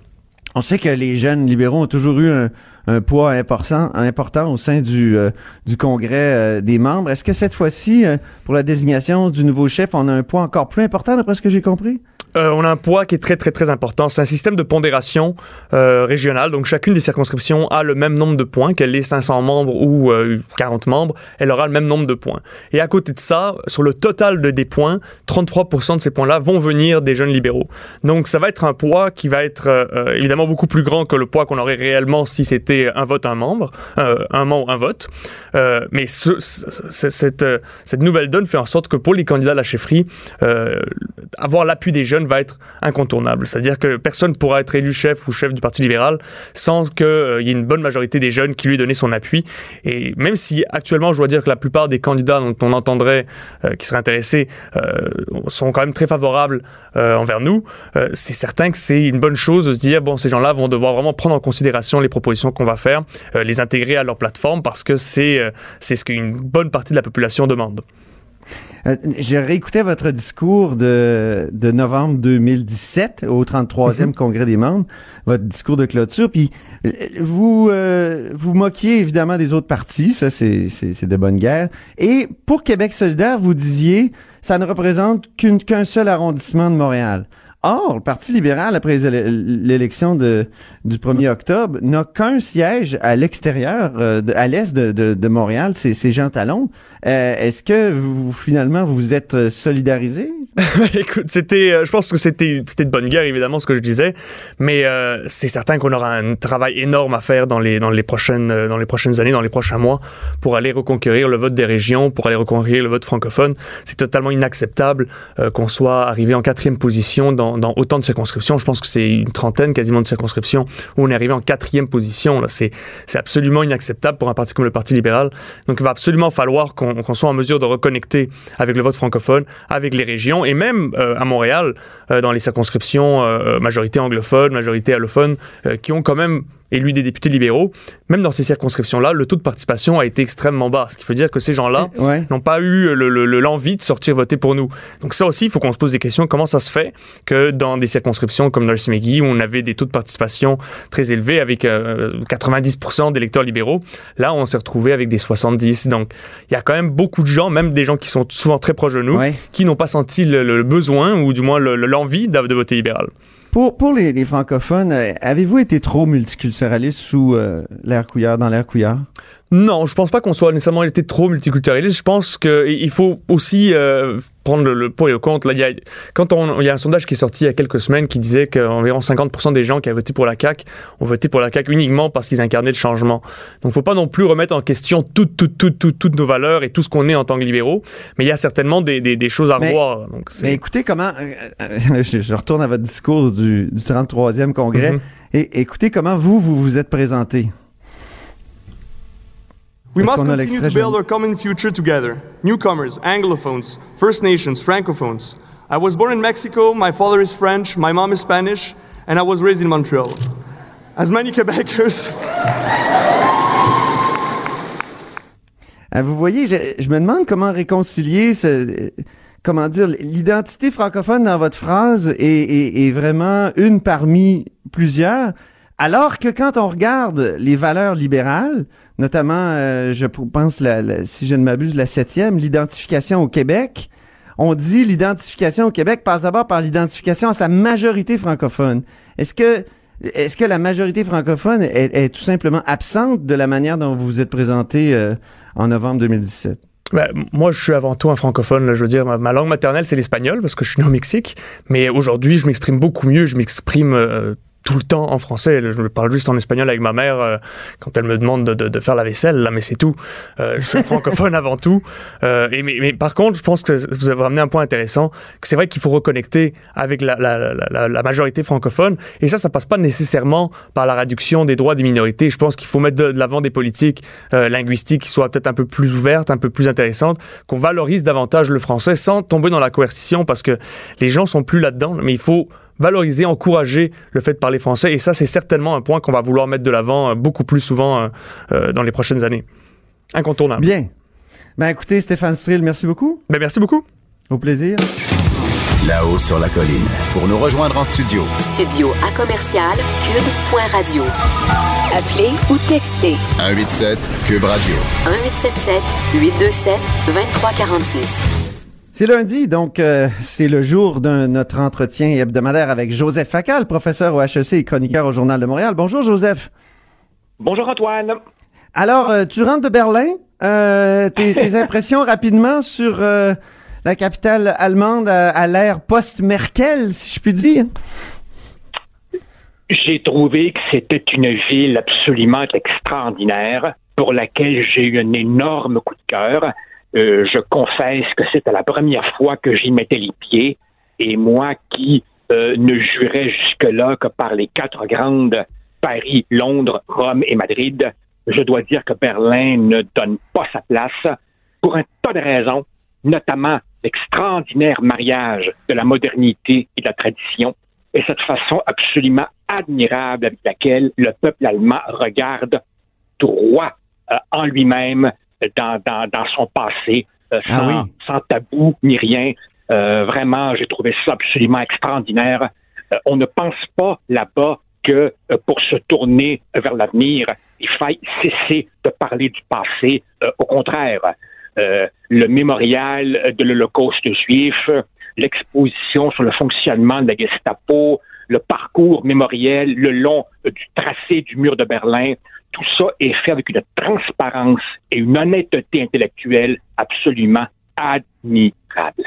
On sait que les jeunes libéraux ont toujours eu un, un poids important, important au sein du, euh, du Congrès euh, des membres. Est-ce que cette fois-ci, euh, pour la désignation du nouveau chef, on a un poids encore plus important, d'après ce que j'ai compris? Euh, on a un poids qui est très, très, très important. C'est un système de pondération euh, régionale. Donc, chacune des circonscriptions a le même nombre de points, qu'elle ait cinq cents membres ou euh, quarante membres, elle aura le même nombre de points. Et à côté de ça, sur le total de, des points, trente-trois pour cent de ces points-là vont venir des jeunes libéraux. Donc, ça va être un poids qui va être euh, évidemment beaucoup plus grand que le poids qu'on aurait réellement si c'était un vote, un membre, euh, un membre, un vote. Euh, mais ce, ce, cette, cette nouvelle donne fait en sorte que pour les candidats à la chefferie, euh, avoir l'appui des jeunes va être incontournable. C'est-à-dire que personne ne pourra être élu chef ou chef du Parti libéral sans qu'il euh, y ait une bonne majorité des jeunes qui lui aient donné son appui. Et même si actuellement, je dois dire que la plupart des candidats dont on entendrait euh, qui seraient intéressés euh, sont quand même très favorables euh, envers nous, euh, c'est certain que c'est une bonne chose de se dire, bon, ces gens-là vont devoir vraiment prendre en considération les propositions qu'on va faire, euh, les intégrer à leur plateforme parce que c'est, euh, c'est ce qu'une bonne partie de la population demande. Euh, j'ai réécouté votre discours de, de novembre deux mille dix-sept au trente-troisième mm-hmm. Congrès des membres, votre discours de clôture, puis vous euh, vous moquiez évidemment des autres partis, ça c'est, c'est, c'est de bonne guerre, et pour Québec solidaire, vous disiez, ça ne représente qu'une, qu'un seul arrondissement de Montréal. Or, le Parti libéral, après l'élection de, du premier octobre, n'a qu'un siège à l'extérieur, euh, de, à l'est de, de, de Montréal, c'est, c'est Jean Talon. Euh, est-ce que vous, finalement, vous vous êtes solidarisé? Écoute, c'était, euh, je pense que c'était, c'était de bonne guerre, évidemment, ce que je disais, mais euh, c'est certain qu'on aura un travail énorme à faire dans les, dans les prochaines, euh, dans les prochaines années, dans les prochains mois, pour aller reconquérir le vote des régions, pour aller reconquérir le vote francophone. C'est totalement inacceptable euh, qu'on soit arrivé en quatrième position dans dans autant de circonscriptions. Je pense que c'est une trentaine quasiment de circonscriptions où on est arrivé en quatrième position. Là. C'est, c'est absolument inacceptable pour un parti comme le Parti libéral. Donc, il va absolument falloir qu'on, qu'on soit en mesure de reconnecter avec le vote francophone, avec les régions et même euh, à Montréal, euh, dans les circonscriptions euh, majorité anglophone, majorité allophone, euh, qui ont quand même élu des députés libéraux, même dans ces circonscriptions-là, le taux de participation a été extrêmement bas. Ce qui veut dire que ces gens-là ouais. n'ont pas eu le, le, le, l'envie de sortir voter pour nous. Donc ça aussi, il faut qu'on se pose des questions. Comment ça se fait que dans des circonscriptions comme North-Maggie, où on avait des taux de participation très élevés avec euh, quatre-vingt-dix pour cent d'électeurs libéraux, là, on s'est retrouvé avec des soixante-dix. Donc, il y a quand même beaucoup de gens, même des gens qui sont souvent très proches de nous, ouais. qui n'ont pas senti le, le besoin ou du moins le, l'envie de, de voter libéral. Pour, pour les, les francophones, euh, avez-vous été trop multiculturaliste sous euh, l'ère Couillard, dans l'ère Couillard? Non, je pense pas qu'on soit nécessairement été trop multiculturaliste. Je pense qu'il faut aussi euh, prendre le, le pour et le contre. Là, il y a, quand on, il y a un sondage qui est sorti il y a quelques semaines qui disait qu'environ cinquante pour cent des gens qui avaient voté pour la C A Q ont voté pour la C A Q uniquement parce qu'ils incarnaient le changement. Donc, faut pas non plus remettre en question toutes, toutes, toutes, toutes, toutes nos valeurs et tout ce qu'on est en tant que libéraux. Mais il y a certainement des, des, des choses à mais, revoir. Donc, c'est... Mais écoutez comment... Euh, je, je retourne à votre discours du, du trente-troisième Congrès. Mm-hmm. Et écoutez comment vous, vous vous êtes présenté. We must continue to build our common future together. Newcomers, Anglophones, First Nations, Francophones. I was born in Mexico, my father is French, my mom is Spanish, and I was raised in Montreal. As many Quebecers... Vous voyez, je, je me demande comment réconcilier ce... Comment dire, l'identité francophone dans votre phrase est, est, est vraiment une parmi plusieurs, alors que quand on regarde les valeurs libérales, notamment, euh, je pense, la, la, si je ne m'abuse, la septième, l'identification au Québec, on dit l'identification au Québec passe d'abord par l'identification à sa majorité francophone. Est-ce que est-ce que la majorité francophone est, est tout simplement absente de la manière dont vous vous êtes présenté euh, en novembre deux mille dix-sept? Ben, moi, je suis avant tout un francophone. Là, je veux dire, ma, ma langue maternelle, c'est l'espagnol parce que je suis né au Mexique. Mais aujourd'hui, je m'exprime beaucoup mieux. Je m'exprime euh, tout le temps en français. Je parle juste en espagnol avec ma mère euh, quand elle me demande de, de, de faire la vaisselle, là, mais c'est tout. Euh, je suis francophone avant tout. Euh, et mais, mais par contre, je pense que vous avez ramené un point intéressant, que c'est vrai qu'il faut reconnecter avec la, la, la, la majorité francophone. Et ça, ça passe pas nécessairement par la réduction des droits des minorités. Je pense qu'il faut mettre de, de l'avant des politiques euh, linguistiques qui soient peut-être un peu plus ouvertes, un peu plus intéressantes, qu'on valorise davantage le français sans tomber dans la coercition, parce que les gens sont plus là-dedans. Mais il faut valoriser, encourager le fait de parler français. Et ça, c'est certainement un point qu'on va vouloir mettre de l'avant euh, beaucoup plus souvent euh, euh, dans les prochaines années. Incontournable. Bien. Ben écoutez, Stéphane Strill, merci beaucoup. Ben merci beaucoup. Au plaisir. Là-haut sur la colline. Pour nous rejoindre en studio. Studio à commercial cube point radio. Appelez ou textez. un huit sept cube radio. un huit sept sept huit deux sept deux trois quatre six. C'est lundi, donc euh, c'est le jour de notre entretien hebdomadaire avec Joseph Facal, professeur au H E C et chroniqueur au Journal de Montréal. Bonjour Joseph. Bonjour Antoine. Alors, euh, tu rentres de Berlin. Euh, tes, tes impressions rapidement sur euh, la capitale allemande à, à l'ère post-Merkel, si je puis dire? J'ai trouvé que c'était une ville absolument extraordinaire pour laquelle j'ai eu un énorme coup de cœur. Euh, je confesse que c'était la première fois que j'y mettais les pieds, et moi qui euh, ne jurais jusque-là que par les quatre grandes, Paris, Londres, Rome et Madrid, je dois dire que Berlin ne donne pas sa place pour un tas de raisons, notamment l'extraordinaire mariage de la modernité et de la tradition, et cette façon absolument admirable avec laquelle le peuple allemand regarde droit euh, en lui-même, Dans, dans, dans son passé, euh, sans, ah oui. sans tabou ni rien. Euh, vraiment, j'ai trouvé ça absolument extraordinaire. Euh, on ne pense pas là-bas que euh, pour se tourner vers l'avenir, il faille cesser de parler du passé. Euh, au contraire, euh, le mémorial de l'Holocauste juif, l'exposition sur le fonctionnement de la Gestapo, le parcours mémoriel le long euh, du tracé du mur de Berlin, tout ça est fait avec une transparence et une honnêteté intellectuelle absolument admirable.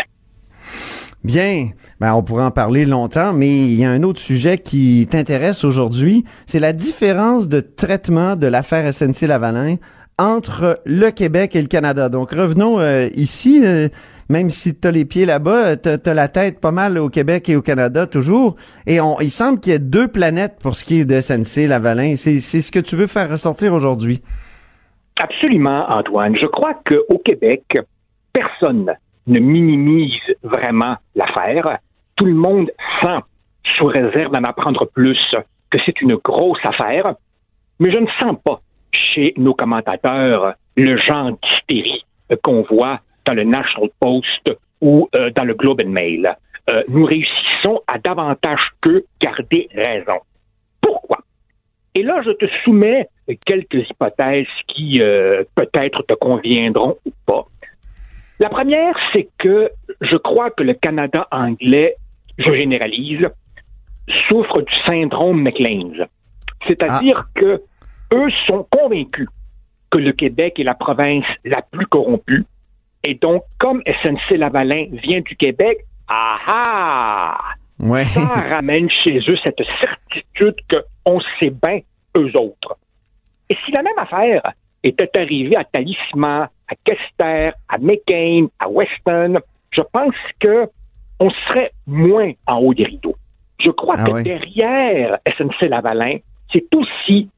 Bien, ben on pourrait en parler longtemps, mais il y a un autre sujet qui t'intéresse aujourd'hui, c'est la différence de traitement de l'affaire S N C-Lavalin entre le Québec et le Canada. Donc revenons euh, ici, euh, même si tu as les pieds là-bas, tu as la tête pas mal au Québec et au Canada toujours, et on, il semble qu'il y ait deux planètes pour ce qui est de S N C-Lavalin. C'est, c'est ce que tu veux faire ressortir aujourd'hui? Absolument, Antoine. Je crois qu'au Québec, personne ne minimise vraiment l'affaire. Tout le monde sent, sous réserve d'en apprendre plus, que c'est une grosse affaire, mais je ne sens pas chez nos commentateurs le genre d'hystérie qu'on voit dans le National Post ou euh, dans le Globe and Mail. Euh, nous réussissons à davantage qu'eux garder raison. Pourquoi? Et là, je te soumets quelques hypothèses qui euh, peut-être te conviendront ou pas. La première, c'est que je crois que le Canada anglais, je généralise, souffre du syndrome Maclean's. C'est-à-dire ah. que eux sont convaincus que le Québec est la province la plus corrompue. Et donc, comme S N C-Lavalin vient du Québec, ah ah! Ouais. Ça ramène chez eux cette certitude qu'on sait bien eux autres. Et si la même affaire était arrivée à Talisman, à Kester, à McCain, à Weston, je pense que on serait moins en haut des rideaux. Je crois ah que ouais. derrière S N C-Lavalin, c'est aussi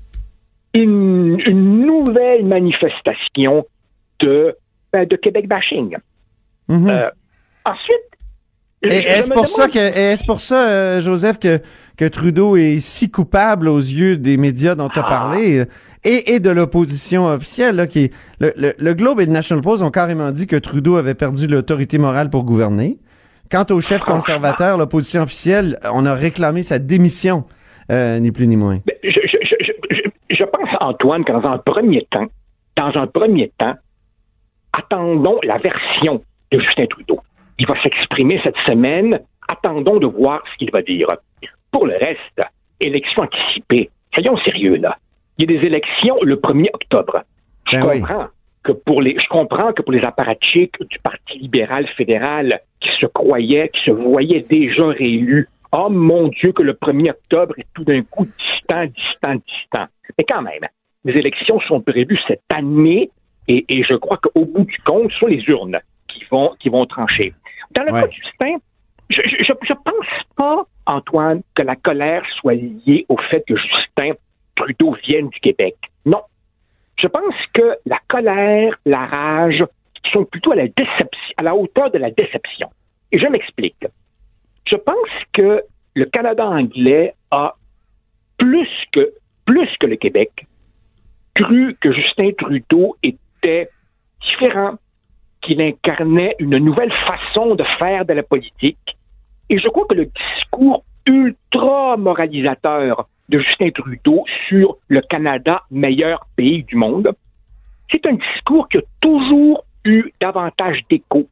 une, une nouvelle manifestation de, ben, de Québec bashing. Mm-hmm. Euh, ensuite, et est-ce pour, demande... ça que, est-ce pour ça, euh, Joseph, que, que Trudeau est si coupable aux yeux des médias dont tu as ah. parlé et, et de l'opposition officielle? Là, qui est, le, le, le Globe et le National Post ont carrément dit que Trudeau avait perdu l'autorité morale pour gouverner. Quant au chef conservateur, l'opposition officielle, on a réclamé sa démission, euh, ni plus ni moins. Je, je, je, je, je pense, Antoine, que dans un premier temps, dans un premier temps, attendons la version de Justin Trudeau. Il va s'exprimer cette semaine. Attendons de voir ce qu'il va dire. Pour le reste, élection anticipée. Soyons sérieux, là. Il y a des élections le premier octobre. Je ben comprends oui. que pour les, je comprends que pour les apparatchiks du Parti libéral fédéral qui se croyaient, qui se voyaient déjà réélus, oh mon Dieu, que le premier octobre est tout d'un coup distant, distant, distant. Mais quand même, les élections sont prévues cette année et, et je crois qu'au bout du compte, ce sont les urnes qui vont, qui vont trancher. Dans le ouais. cas de Justin, je, je, je pense pas, Antoine, que la colère soit liée au fait que Justin Trudeau vienne du Québec. Non. Je pense que la colère, la rage sont plutôt à la déception, à la hauteur de la déception. Et je m'explique. Je pense que le Canada anglais a plus que, plus que le Québec cru que Justin Trudeau était différent, qu'il incarnait une nouvelle façon de faire de la politique. Et je crois que le discours ultra moralisateur de Justin Trudeau sur le Canada, meilleur pays du monde, c'est un discours qui a toujours eu davantage d'écho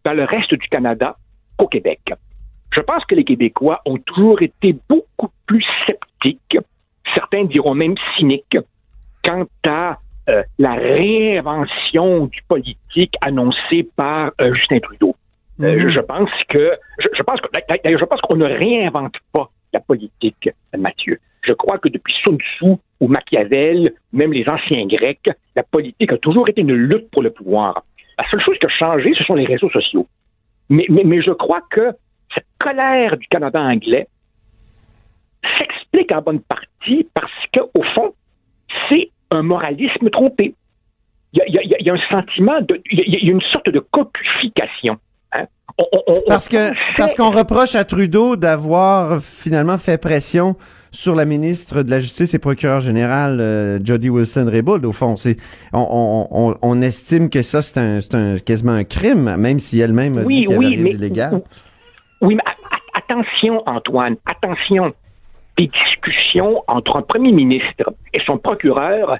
dans le reste du Canada qu'au Québec. Je pense que les Québécois ont toujours été beaucoup plus sceptiques, certains diront même cyniques, quant à euh, la réinvention du politique annoncée par euh, Justin Trudeau. Euh, mmh. je, je pense que je, je pense que d'ailleurs, je pense qu'on ne réinvente pas la politique, Mathieu. Je crois que depuis Sun Tzu ou Machiavel, même les anciens Grecs, la politique a toujours été une lutte pour le pouvoir. La seule chose qui a changé, ce sont les réseaux sociaux. Mais, mais, mais je crois que cette colère du Canada anglais s'explique en bonne partie parce qu'au fond, c'est un moralisme trompé. Il y a, il y a, il y a un sentiment de... Il y a, il y a une sorte de coquification. Hein? On, on, on, parce que fait... parce qu'on reproche à Trudeau d'avoir finalement fait pression sur la ministre de la Justice et procureur général euh, Jody Wilson-Raybould. Au fond, c'est on, on, on estime que ça c'est un, c'est un quasiment un crime, même si elle-même a oui, dit qu'il y oui, avait rien mais, d'illégal. Oui, mais a, a, attention, Antoine, attention. Des discussions entre un premier ministre et son procureur,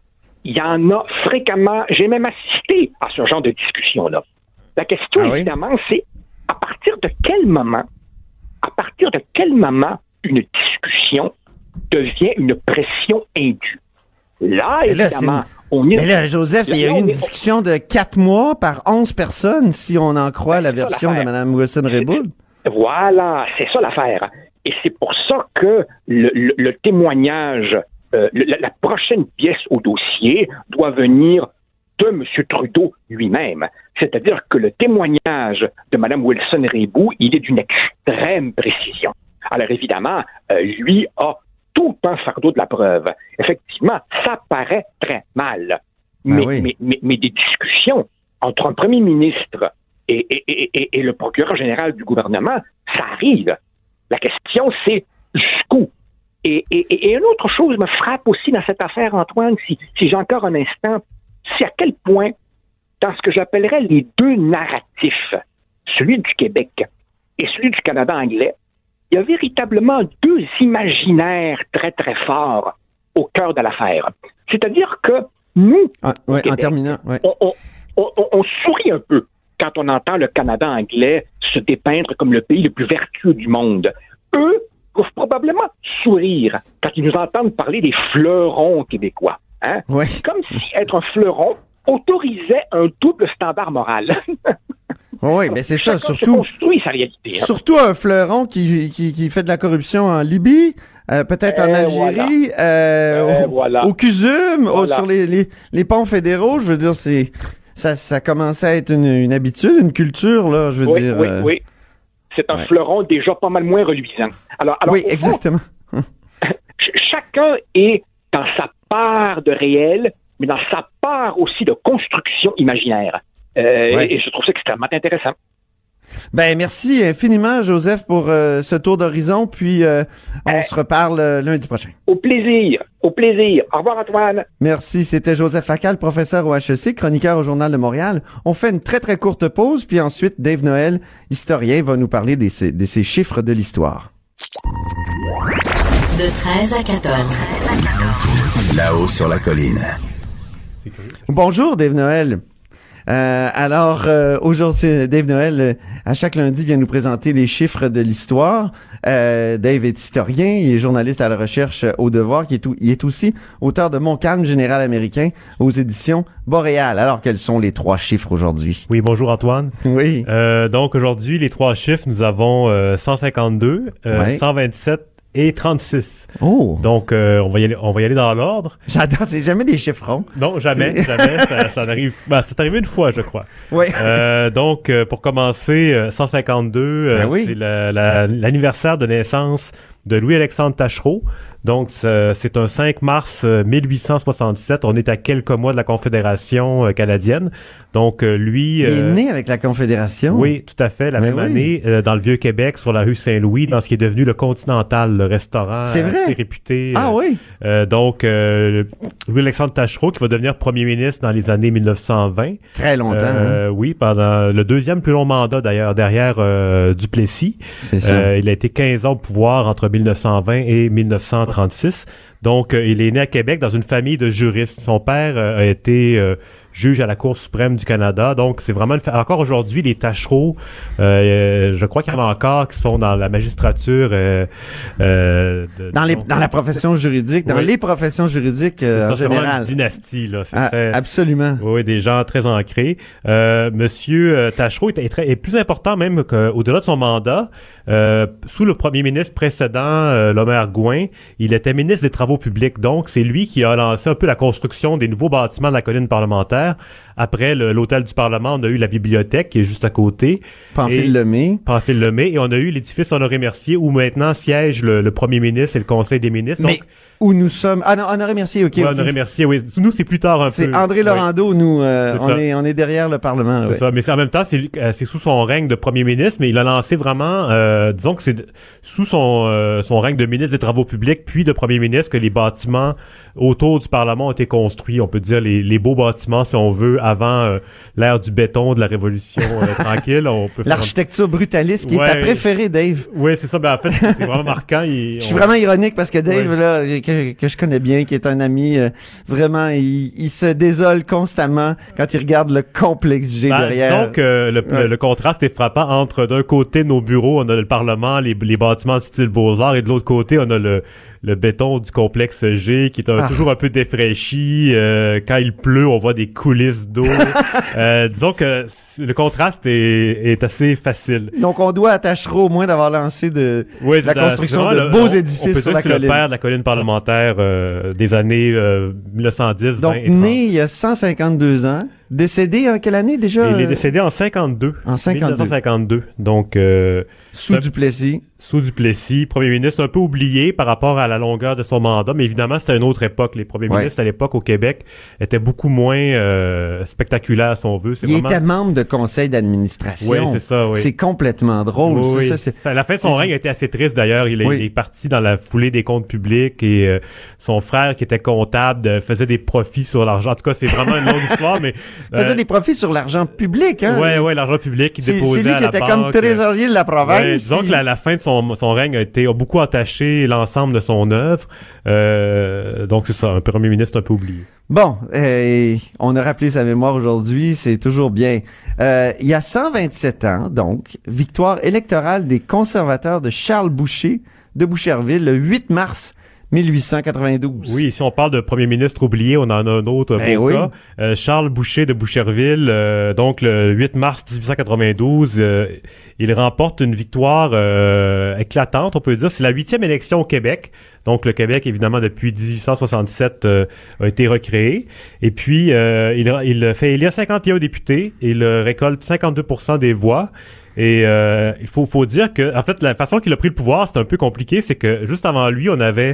il y en a fréquemment. J'ai même assisté à ce genre de discussion-là. La question, ah évidemment, oui? c'est à partir de quel moment, à partir de quel moment une discussion devient une pression indue. Là, mais évidemment, là, on est... Mais là, Joseph, il y a eu une est... discussion de quatre mois par onze personnes, si on en croit ben, la version de Mme Wilson-Raybould. Voilà, c'est ça l'affaire. Et c'est pour ça que le, le, le témoignage, euh, le, la prochaine pièce au dossier doit venir de M. Trudeau lui-même. C'est-à-dire que le témoignage de Mme Wilson-Raybould, il est d'une extrême précision. Alors évidemment, euh, lui a tout un fardeau de la preuve. Effectivement, ça paraît très mal. Mais, ah oui. mais, mais, mais des discussions entre un premier ministre et, et, et, et, et le procureur général du gouvernement, ça arrive. La question, c'est jusqu'où? Et, et, et une autre chose me frappe aussi dans cette affaire, Antoine, si, si j'ai encore un instant, c'est à quel point, dans ce que j'appellerais les deux narratifs, celui du Québec et celui du Canada anglais, il y a véritablement deux imaginaires très, très forts au cœur de l'affaire. C'est-à-dire que nous, ah, ouais, Québec, en terminant, ouais. on, on, on, on sourit un peu quand on entend le Canada anglais se dépeindre comme le pays le plus vertueux du monde. Eux doivent probablement sourire quand ils nous entendent parler des fleurons québécois. Hein? Ouais. Comme si être un fleuron autorisait un double standard moral. Oui, mais c'est ça, surtout. Construit sa réalité, hein. Surtout un fleuron qui, qui, qui fait de la corruption en Libye, euh, peut-être en Algérie, voilà. euh, au, voilà. au CUSUM, voilà. au, sur les, les, les ponts fédéraux. Je veux dire, c'est ça, ça commençait à être une, une habitude, une culture, là, je veux oui, dire. Oui, euh... oui. C'est un ouais. fleuron déjà pas mal moins reluisant. Alors, alors oui, exactement. Fond, chacun est dans sa part de réel, mais dans sa part aussi de construction imaginaire. Euh, ouais. Et je trouve ça extrêmement intéressant. Ben merci infiniment, Joseph, pour euh, ce tour d'horizon. Puis euh, on euh, se reparle euh, lundi prochain. Au plaisir, au plaisir. Au revoir, Antoine. Merci. C'était Joseph Facal, professeur au H E C, chroniqueur au Journal de Montréal. On fait une très très courte pause, puis ensuite Dave Noël, historien, va nous parler de ces, de ces chiffres de l'histoire. De treize à quatorze. Là-haut sur la colline. Bonjour, Dave Noël. Euh, alors, euh, aujourd'hui, Dave Noël, euh, à chaque lundi, vient nous présenter les chiffres de l'histoire. Euh, Dave est historien, il est journaliste à la recherche au Devoir, qui est tout, il est aussi auteur de Mon calme général américain aux éditions Boréal. Alors, quels sont les trois chiffres aujourd'hui? Oui, bonjour Antoine. Oui. Euh, donc, aujourd'hui, les trois chiffres, nous avons euh, cent cinquante-deux, euh, ouais. cent vingt-sept et trente-six. Oh. Donc, euh, on va y aller, on va y aller dans l'ordre. J'adore, c'est jamais des chiffres ronds. Non, jamais, c'est... jamais. Ça, ça arrive, ben, c'est arrivé une fois, je crois. Oui. Euh, donc, euh, pour commencer, euh, cent cinquante-deux, ben euh, oui. c'est la, la, l'anniversaire de naissance de Louis-Alexandre Taschereau. Donc, c'est un cinq mars mille huit cent soixante-sept. On est à quelques mois de la Confédération canadienne. Donc, lui... Il est euh, né avec la Confédération? Oui, tout à fait. La Mais même oui. année, euh, dans le Vieux-Québec, sur la rue Saint-Louis, dans ce qui est devenu le Continental, le restaurant C'est vrai? assez réputé. Ah euh, oui? Euh, donc, euh, Louis-Alexandre Taschereau, qui va devenir premier ministre dans les années mille neuf cent vingt. Très longtemps. Euh, hein? Oui, pendant le deuxième plus long mandat, d'ailleurs, derrière euh, Duplessis. C'est ça. Euh, il a été quinze ans au pouvoir entre mille neuf cent vingt et mille neuf cent trente-six. Donc, euh, il est né à Québec dans une famille de juristes. Son père euh, a été euh, juge à la Cour suprême du Canada. Donc, c'est vraiment... Encore aujourd'hui, les Taschereau, euh, je crois qu'il y en a encore qui sont dans la magistrature. Euh, euh, de, dans, les, dans la profession juridique, dans oui. les professions juridiques euh, ça, en général. C'est vraiment une dynastie, là. C'est ah, très, absolument. Oui, des gens très ancrés. Euh, Monsieur euh, Taschereau est, est, très, est plus important même qu'au-delà de son mandat. Euh, sous le premier ministre précédent, euh, Lomère Gouin, il était ministre des Travaux publics. Donc, c'est lui qui a lancé un peu la construction des nouveaux bâtiments de la colline parlementaire. Après le, l'hôtel du Parlement, on a eu la bibliothèque qui est juste à côté. Pamphile-Lemay. Pamphile-Lemay. Et on a eu l'édifice Honoré-Mercier où maintenant siège le, le premier ministre et le conseil des ministres. Mais donc, où nous sommes... Ah non, Honoré-Mercier, OK. Ouais, okay. Honoré-Mercier, oui. Nous, c'est plus tard un c'est peu. C'est André Laurando, ouais. nous, euh, c'est on, est, on est derrière le Parlement. C'est ouais. ça, mais c'est en même temps, c'est, euh, c'est sous son règne de premier ministre, mais il a lancé vraiment, euh, disons que c'est de, sous son, euh, son règne de ministre des Travaux publics, puis de premier ministre, que les bâtiments autour du Parlement ont été construits. On peut dire les, les beaux bâtiments, si on veut, avant euh, l'ère du béton, de la Révolution euh, tranquille. On peut L'architecture faire... brutaliste qui ouais, est ta préférée, Dave. Oui, c'est ça. Ben, en fait, c'est, c'est vraiment marquant. Il, je suis on... vraiment ironique parce que Dave, ouais. là, que, que je connais bien, qui est un ami, euh, vraiment, il, il se désole constamment quand il regarde le complexe G ben, derrière. Donc, euh, le, ouais. le, le contraste est frappant entre, d'un côté, nos bureaux, on a le Parlement, les, les bâtiments de style Beaux-Arts, et de l'autre côté, on a le le béton du complexe G qui est un, ah. toujours un peu défraîchi. Euh, quand il pleut, on voit des coulisses d'eau. euh, disons que le contraste est, est assez facile. Donc, on doit à Taschereau au moins d'avoir lancé de, oui, de la, la construction de le, beaux on, édifices on peut sur dire la que colline. C'est le père de la colline parlementaire euh, des années euh, mille neuf cent dix, Donc, vingt et trente. né il y a cent cinquante-deux ans. Décédé en quelle année déjà? Il est décédé en cinquante-deux. En cinquante-deux. mille neuf cent cinquante-deux. Donc, euh, sous Duplessis. Sous Duplessis, premier ministre un peu oublié par rapport à la longueur de son mandat, mais évidemment, c'était une autre époque. Les premiers ouais. ministres à l'époque au Québec étaient beaucoup moins euh, spectaculaires, si on veut. C'est il vraiment... était membre de conseil d'administration. Oui, c'est ça, oui. C'est complètement drôle. Oui, c'est oui. Ça, c'est... Ça, la fin de son règne a été assez triste, d'ailleurs. Il, oui. il est parti dans la foulée des comptes publics et euh, son frère, qui était comptable, euh, faisait des profits sur l'argent. En tout cas, c'est vraiment une longue histoire, mais... Euh, faisait des profits sur l'argent public, hein? Oui, oui, l'argent public qu'il déposait à la banque. C'est lui qui était comme trésorier de la province. Ouais, disons puis... que la, la fin de son, son règne a été a beaucoup attaché l'ensemble de son œuvre. Euh, donc, c'est ça, un premier ministre un peu oublié. Bon, euh, on a rappelé sa mémoire aujourd'hui, c'est toujours bien. Euh, il y a cent vingt-sept ans, donc, victoire électorale des conservateurs de Charles Boucher de Boucherville le huit mars mille huit cent quatre-vingt-douze. Oui, si on parle de premier ministre oublié, on en a un autre ben beau oui. cas. Euh, Charles Boucher de Boucherville, euh, donc le huit mars dix-huit cent quatre-vingt-douze, euh, il remporte une victoire euh, éclatante, on peut dire. C'est la huitième élection au Québec. Donc le Québec, évidemment, depuis dix-huit cent soixante-dix-sept, euh, a été recréé. Et puis, euh, il, il fait élire cinquante et un députés. Il récolte cinquante-deux pour cent des voix. Et euh, il faut, faut dire que, en fait, la façon qu'il a pris le pouvoir, c'est un peu compliqué. C'est que juste avant lui, on avait,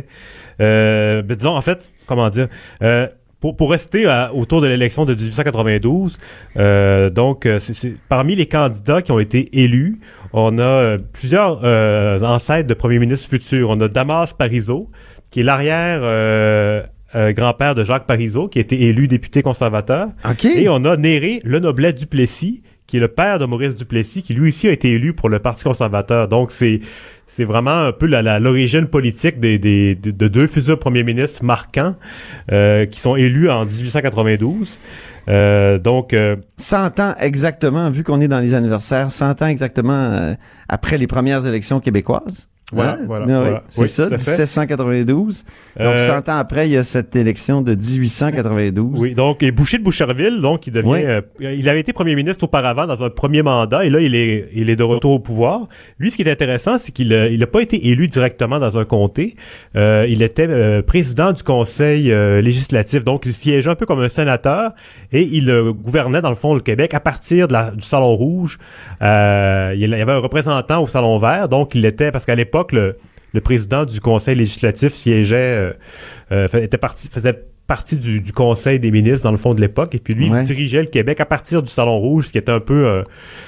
euh, ben, disons, en fait, comment dire, euh, pour, pour rester à, autour de l'élection de dix-huit cent quatre-vingt-douze, euh, donc, c'est, c'est, parmi les candidats qui ont été élus, on a euh, plusieurs euh, ancêtres de premiers ministres futurs. On a Damas Parizeau, qui est l'arrière euh, euh, grand-père de Jacques Parizeau, qui a été élu député conservateur. Okay. Et on a Néré Lenoblet Duplessis, qui est le père de Maurice Duplessis, qui lui aussi a été élu pour le Parti conservateur. Donc, c'est c'est vraiment un peu la, la, l'origine politique des, des, de, de deux futurs premiers ministres marquants euh, qui sont élus en dix-huit cent quatre-vingt-douze. Euh, donc... Euh, cent ans exactement, vu qu'on est dans les anniversaires, cent ans exactement euh, après les premières élections québécoises. Voilà, hein? voilà, oui, voilà. C'est oui, ça, dix-sept cent quatre-vingt-douze. Donc, euh, cent ans après, il y a cette élection de dix-huit cent quatre-vingt-douze. Oui, donc, et Boucher de Boucherville, donc, il devient, oui. euh, il avait été premier ministre auparavant dans un premier mandat, et là, il est, il est de retour au pouvoir. Lui, ce qui est intéressant, c'est qu'il a, il a pas été élu directement dans un comté. Euh, il était euh, président du conseil euh, législatif, donc, il siégeait un peu comme un sénateur, et il euh, gouvernait, dans le fond, le Québec à partir de la, du Salon Rouge. Euh, il y avait un représentant au Salon Vert, donc, il était, parce qu'à l'époque, Le, le président du conseil législatif siégeait, euh, euh, était parti, faisait partie du, du conseil des ministres dans le fond de l'époque, et puis lui, ouais. il dirigeait le Québec à partir du Salon Rouge, ce qui était un peu euh,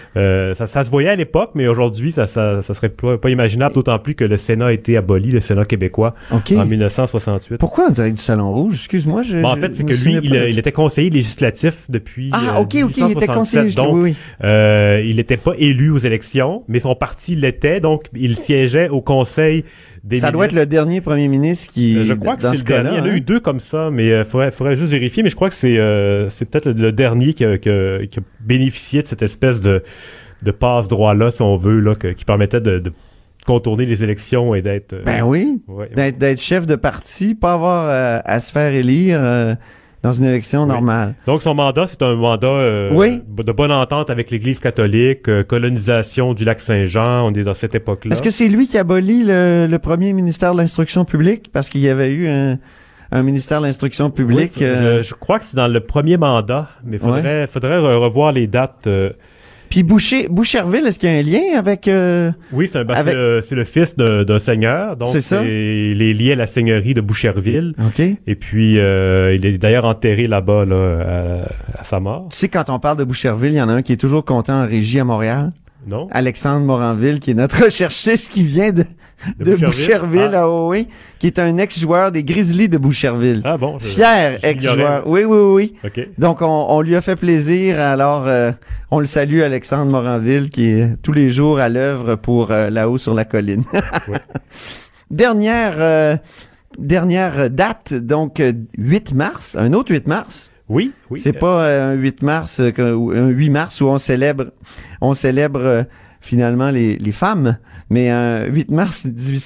Euh, ça, ça se voyait à l'époque, mais aujourd'hui, ça, ça, ça serait pas, pas imaginable, d'autant plus que le Sénat a été aboli, le Sénat québécois, okay. en dix-neuf cent soixante-huit. Pourquoi on dirait du Salon Rouge? Excuse-moi. Je, bon, en fait, c'est que lui, il, il était conseiller législatif depuis Ah, euh, OK, OK, il était conseiller. Donc, oui, oui. Euh, il n'était pas élu aux élections, mais son parti l'était, donc il siégeait au Conseil des Ça ministres. doit être le dernier premier ministre qui... Euh, je crois que dans c'est ce le dernier. cas-là, Il y en a hein? eu deux comme ça, mais il euh, faudrait, faudrait juste vérifier. Mais je crois que c'est, euh, c'est peut-être le, le dernier qui a, qui, a, qui a bénéficié de cette espèce de, de passe-droit-là, si on veut, là, que, qui permettait de, de contourner les élections et d'être... Euh, ben oui, ouais, d'être, d'être chef de parti, pas avoir euh, à se faire élire... Euh, dans une élection oui. normale. Donc, son mandat, c'est un mandat euh, oui. de bonne entente avec l'Église catholique, euh, colonisation du lac Saint-Jean, on est dans cette époque-là. Est-ce que c'est lui qui abolit le, le premier ministère de l'Instruction publique? Parce qu'il y avait eu un, un ministère de l'Instruction publique. Oui, euh... je, je crois que c'est dans le premier mandat, mais il faudrait, ouais. faudrait revoir les dates... Euh, Puis Boucher, Boucherville, est-ce qu'il y a un lien avec... Euh, oui, c'est, un, ben, avec... c'est, le, c'est le fils d'un, d'un seigneur. Donc, c'est, ça? c'est les liés à la seigneurie de Boucherville. OK. Et puis, euh, il est d'ailleurs enterré là-bas là, à, à sa mort. Tu sais, quand on parle de Boucherville, il y en a un qui est toujours content en régie à Montréal. Non. Alexandre Moranville, qui est notre recherchiste qui vient de, de, de Boucherville, Boucherville ah. à Owen, qui est un ex-joueur des Grizzlies de Boucherville. Ah bon? Je, Fier je, je ex-joueur. Oui, oui, oui. Okay. Donc, on, on lui a fait plaisir. Alors, euh, on le salue, Alexandre Moranville, qui est tous les jours à l'œuvre pour euh, là-haut sur la colline. ouais. Dernière, euh, dernière date, donc huit mars, un autre huit mars. Oui, oui. C'est pas euh, un huit mars, euh, un huit mars où on célèbre, on célèbre euh, finalement les, les femmes, mais un huit mars dix-neuf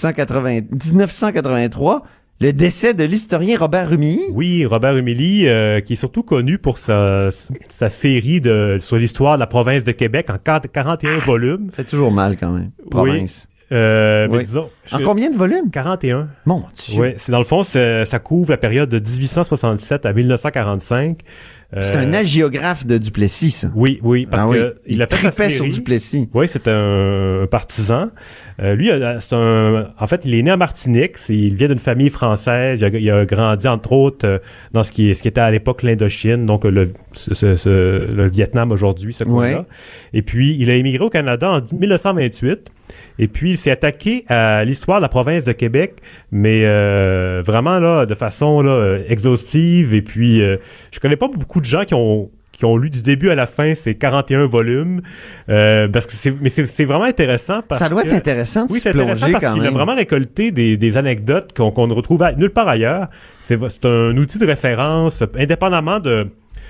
cent quatre-vingt-trois, le décès de l'historien Robert Rumilly. Oui, Robert Rumilly, euh, qui est surtout connu pour sa, sa série de sur l'histoire de la province de Québec en quarante et un volumes. Fait toujours mal quand même, province. Oui. Euh, oui. mais disons, en que... combien de volumes? quarante et un. Mon Dieu. Oui, c'est dans le fond, c'est, ça couvre la période de dix-huit cent soixante-sept à dix-neuf cent quarante-cinq. Euh... C'est un hagiographe de Duplessis, ça. Oui, oui, parce ah, que oui. il, il a fait sa série. sur Duplessis. Oui, c'est un, un partisan. Euh, lui, c'est un. En fait, il est né en Martinique. C'est, il vient d'une famille française. Il a, il a grandi entre autres euh, dans ce qui, est, ce qui était à l'époque l'Indochine, donc le, ce, ce, ce, le Vietnam aujourd'hui, ce coin-là. Ouais. Et puis, il a émigré au Canada en dix-neuf cent vingt-huit. Et puis, il s'est attaqué à l'histoire de la province de Québec, mais euh, vraiment là, de façon là, exhaustive. Et puis, euh, je connais pas beaucoup de gens qui ont qui ont lu du début à la fin ces quarante et un volumes, euh, parce que c'est, mais c'est, c'est vraiment intéressant. Parce ça doit que, être intéressant de oui, s'y c'est intéressant parce quand qu'il même. a vraiment récolté des, des anecdotes qu'on, qu'on ne retrouve à, nulle part ailleurs. C'est, c'est un outil de référence, indépendamment de,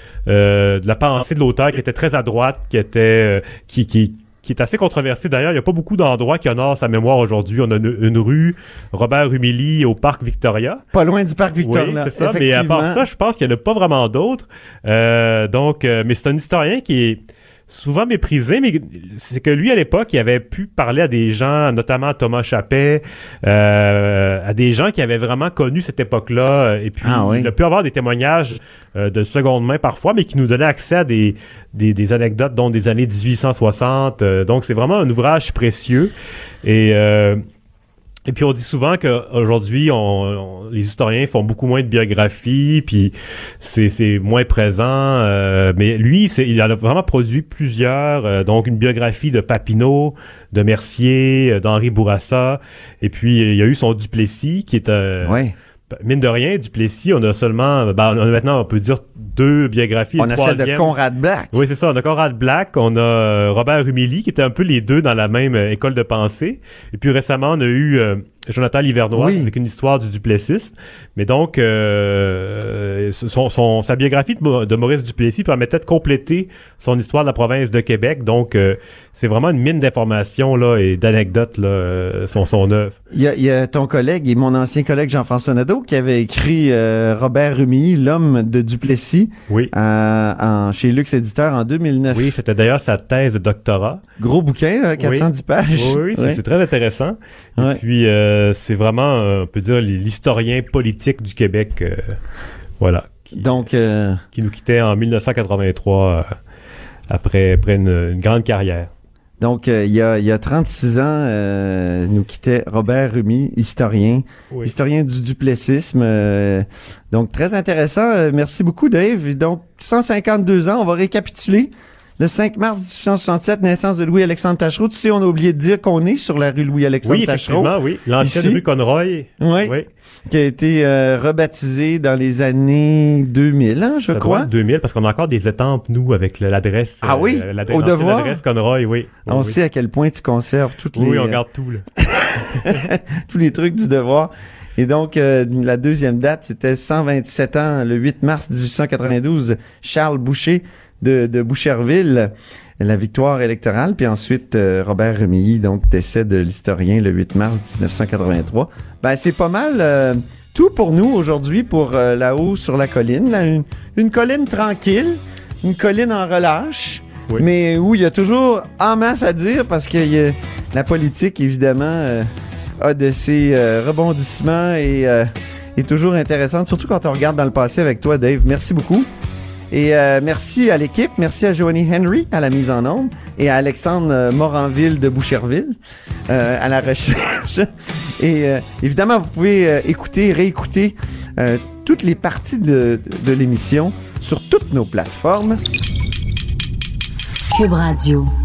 euh, de la pensée de l'auteur, qui était très à droite, qui était, euh, qui, qui qui est assez controversé. D'ailleurs, il n'y a pas beaucoup d'endroits qui honorent sa mémoire aujourd'hui. On a une, une rue Robert Rumilly au Parc Victoria. Pas loin du Parc Victoria. Oui, c'est ça. Mais à part ça, je pense qu'il n'y en a pas vraiment d'autres. Euh, donc, euh, mais c'est un historien qui est souvent méprisé, mais c'est que lui, à l'époque, il avait pu parler à des gens, notamment à Thomas Chappet, euh, à des gens qui avaient vraiment connu cette époque-là. Et puis, ah, oui. il a pu avoir des témoignages euh, de seconde main parfois, mais qui nous donnaient accès à des, des, des anecdotes, dont des années dix-huit cent soixante. Euh, donc, c'est vraiment un ouvrage précieux. Et... Euh, Et puis on dit souvent qu'aujourd'hui, on, on, les historiens font beaucoup moins de biographies, puis c'est, c'est moins présent. Euh, mais lui, c'est, il en a vraiment produit plusieurs. Euh, donc une biographie de Papineau, de Mercier, euh, d'Henri Bourassa. Et puis il y a eu son Duplessis, qui est euh, ouais. mine de rien, Duplessis. On a seulement, ben, on a maintenant, on peut dire deux biographies. On a celle de Conrad Black. Oui, c'est ça. On a Conrad Black. On a euh, Robert Rumilly, qui étaient un peu les deux dans la même euh, école de pensée. Et puis récemment, on a eu euh, Jonathan Livernois, oui. avec une histoire du Duplessis. Mais donc, euh, son, son, sa biographie de, de Maurice Duplessis permettait de compléter son histoire de la province de Québec. Donc, euh, c'est vraiment une mine d'informations là, et d'anecdotes, là, euh, son, son œuvre. Il y, a, il y a ton collègue et mon ancien collègue Jean-François Nadeau qui avait écrit euh, Robert Rumilly, l'homme de Duplessis, oui. euh, en, chez Lux Éditeur en deux mille neuf. Oui, c'était d'ailleurs sa thèse de doctorat. Gros bouquin, là, quatre cent dix oui. pages. Oui, oui, c'est, ouais. c'est très intéressant. Ouais. Et puis, euh, c'est vraiment, on peut dire, l'historien politique du Québec, euh, voilà. Qui, Donc, euh... qui nous quittait en dix-neuf cent quatre-vingt-trois euh, après, après une, une grande carrière. Donc, euh, il, y a, il y a trente-six ans, euh, nous quittait Robert Rumilly, historien, oui. historien du duplessisme. Euh, donc, très intéressant. Euh, merci beaucoup, Dave. Donc, cent cinquante-deux ans, on va récapituler. Le cinq mars dix-huit cent soixante-sept, naissance de Louis-Alexandre Taschereau. Tu sais, on a oublié de dire qu'on est sur la rue Louis-Alexandre oui, Taschereau. Oui, oui. L'ancienne Ici. rue Conroy. Oui. oui. Qui a été euh, rebaptisée dans les années deux mille, hein, je Ça crois. doit être deux mille, parce qu'on a encore des étampes, nous, avec le- l'adresse. Ah oui? Euh, l'adresse, Au devoir? L'adresse Conroy, oui. oui on oui. sait à quel point tu conserves toutes oui, les... Oui, on garde tout, là. tous les trucs du devoir. Et donc, euh, la deuxième date, c'était cent vingt-sept ans, le huit mars dix-huit cent quatre-vingt-douze, Charles Boucher de, de Boucherville, la victoire électorale. Puis ensuite, euh, Robert Remilly, donc décès de l'historien le huit mars dix-neuf cent quatre-vingt-trois. Ben, c'est pas mal euh, tout pour nous aujourd'hui pour euh, là-haut sur la colline. Là, une, une colline tranquille, une colline en relâche, oui. mais où il y a toujours en masse à dire parce que y a, la politique, évidemment... Euh, a de ses euh, rebondissements et euh, est toujours intéressante, surtout quand on regarde dans le passé avec toi, Dave. Merci beaucoup. Et euh, merci à l'équipe, merci à Joanie Henry à la mise en onde et à Alexandre euh, Moranville de Boucherville euh, à la recherche. Et euh, évidemment, vous pouvez euh, écouter, réécouter euh, toutes les parties de, de l'émission sur toutes nos plateformes. Cube Radio.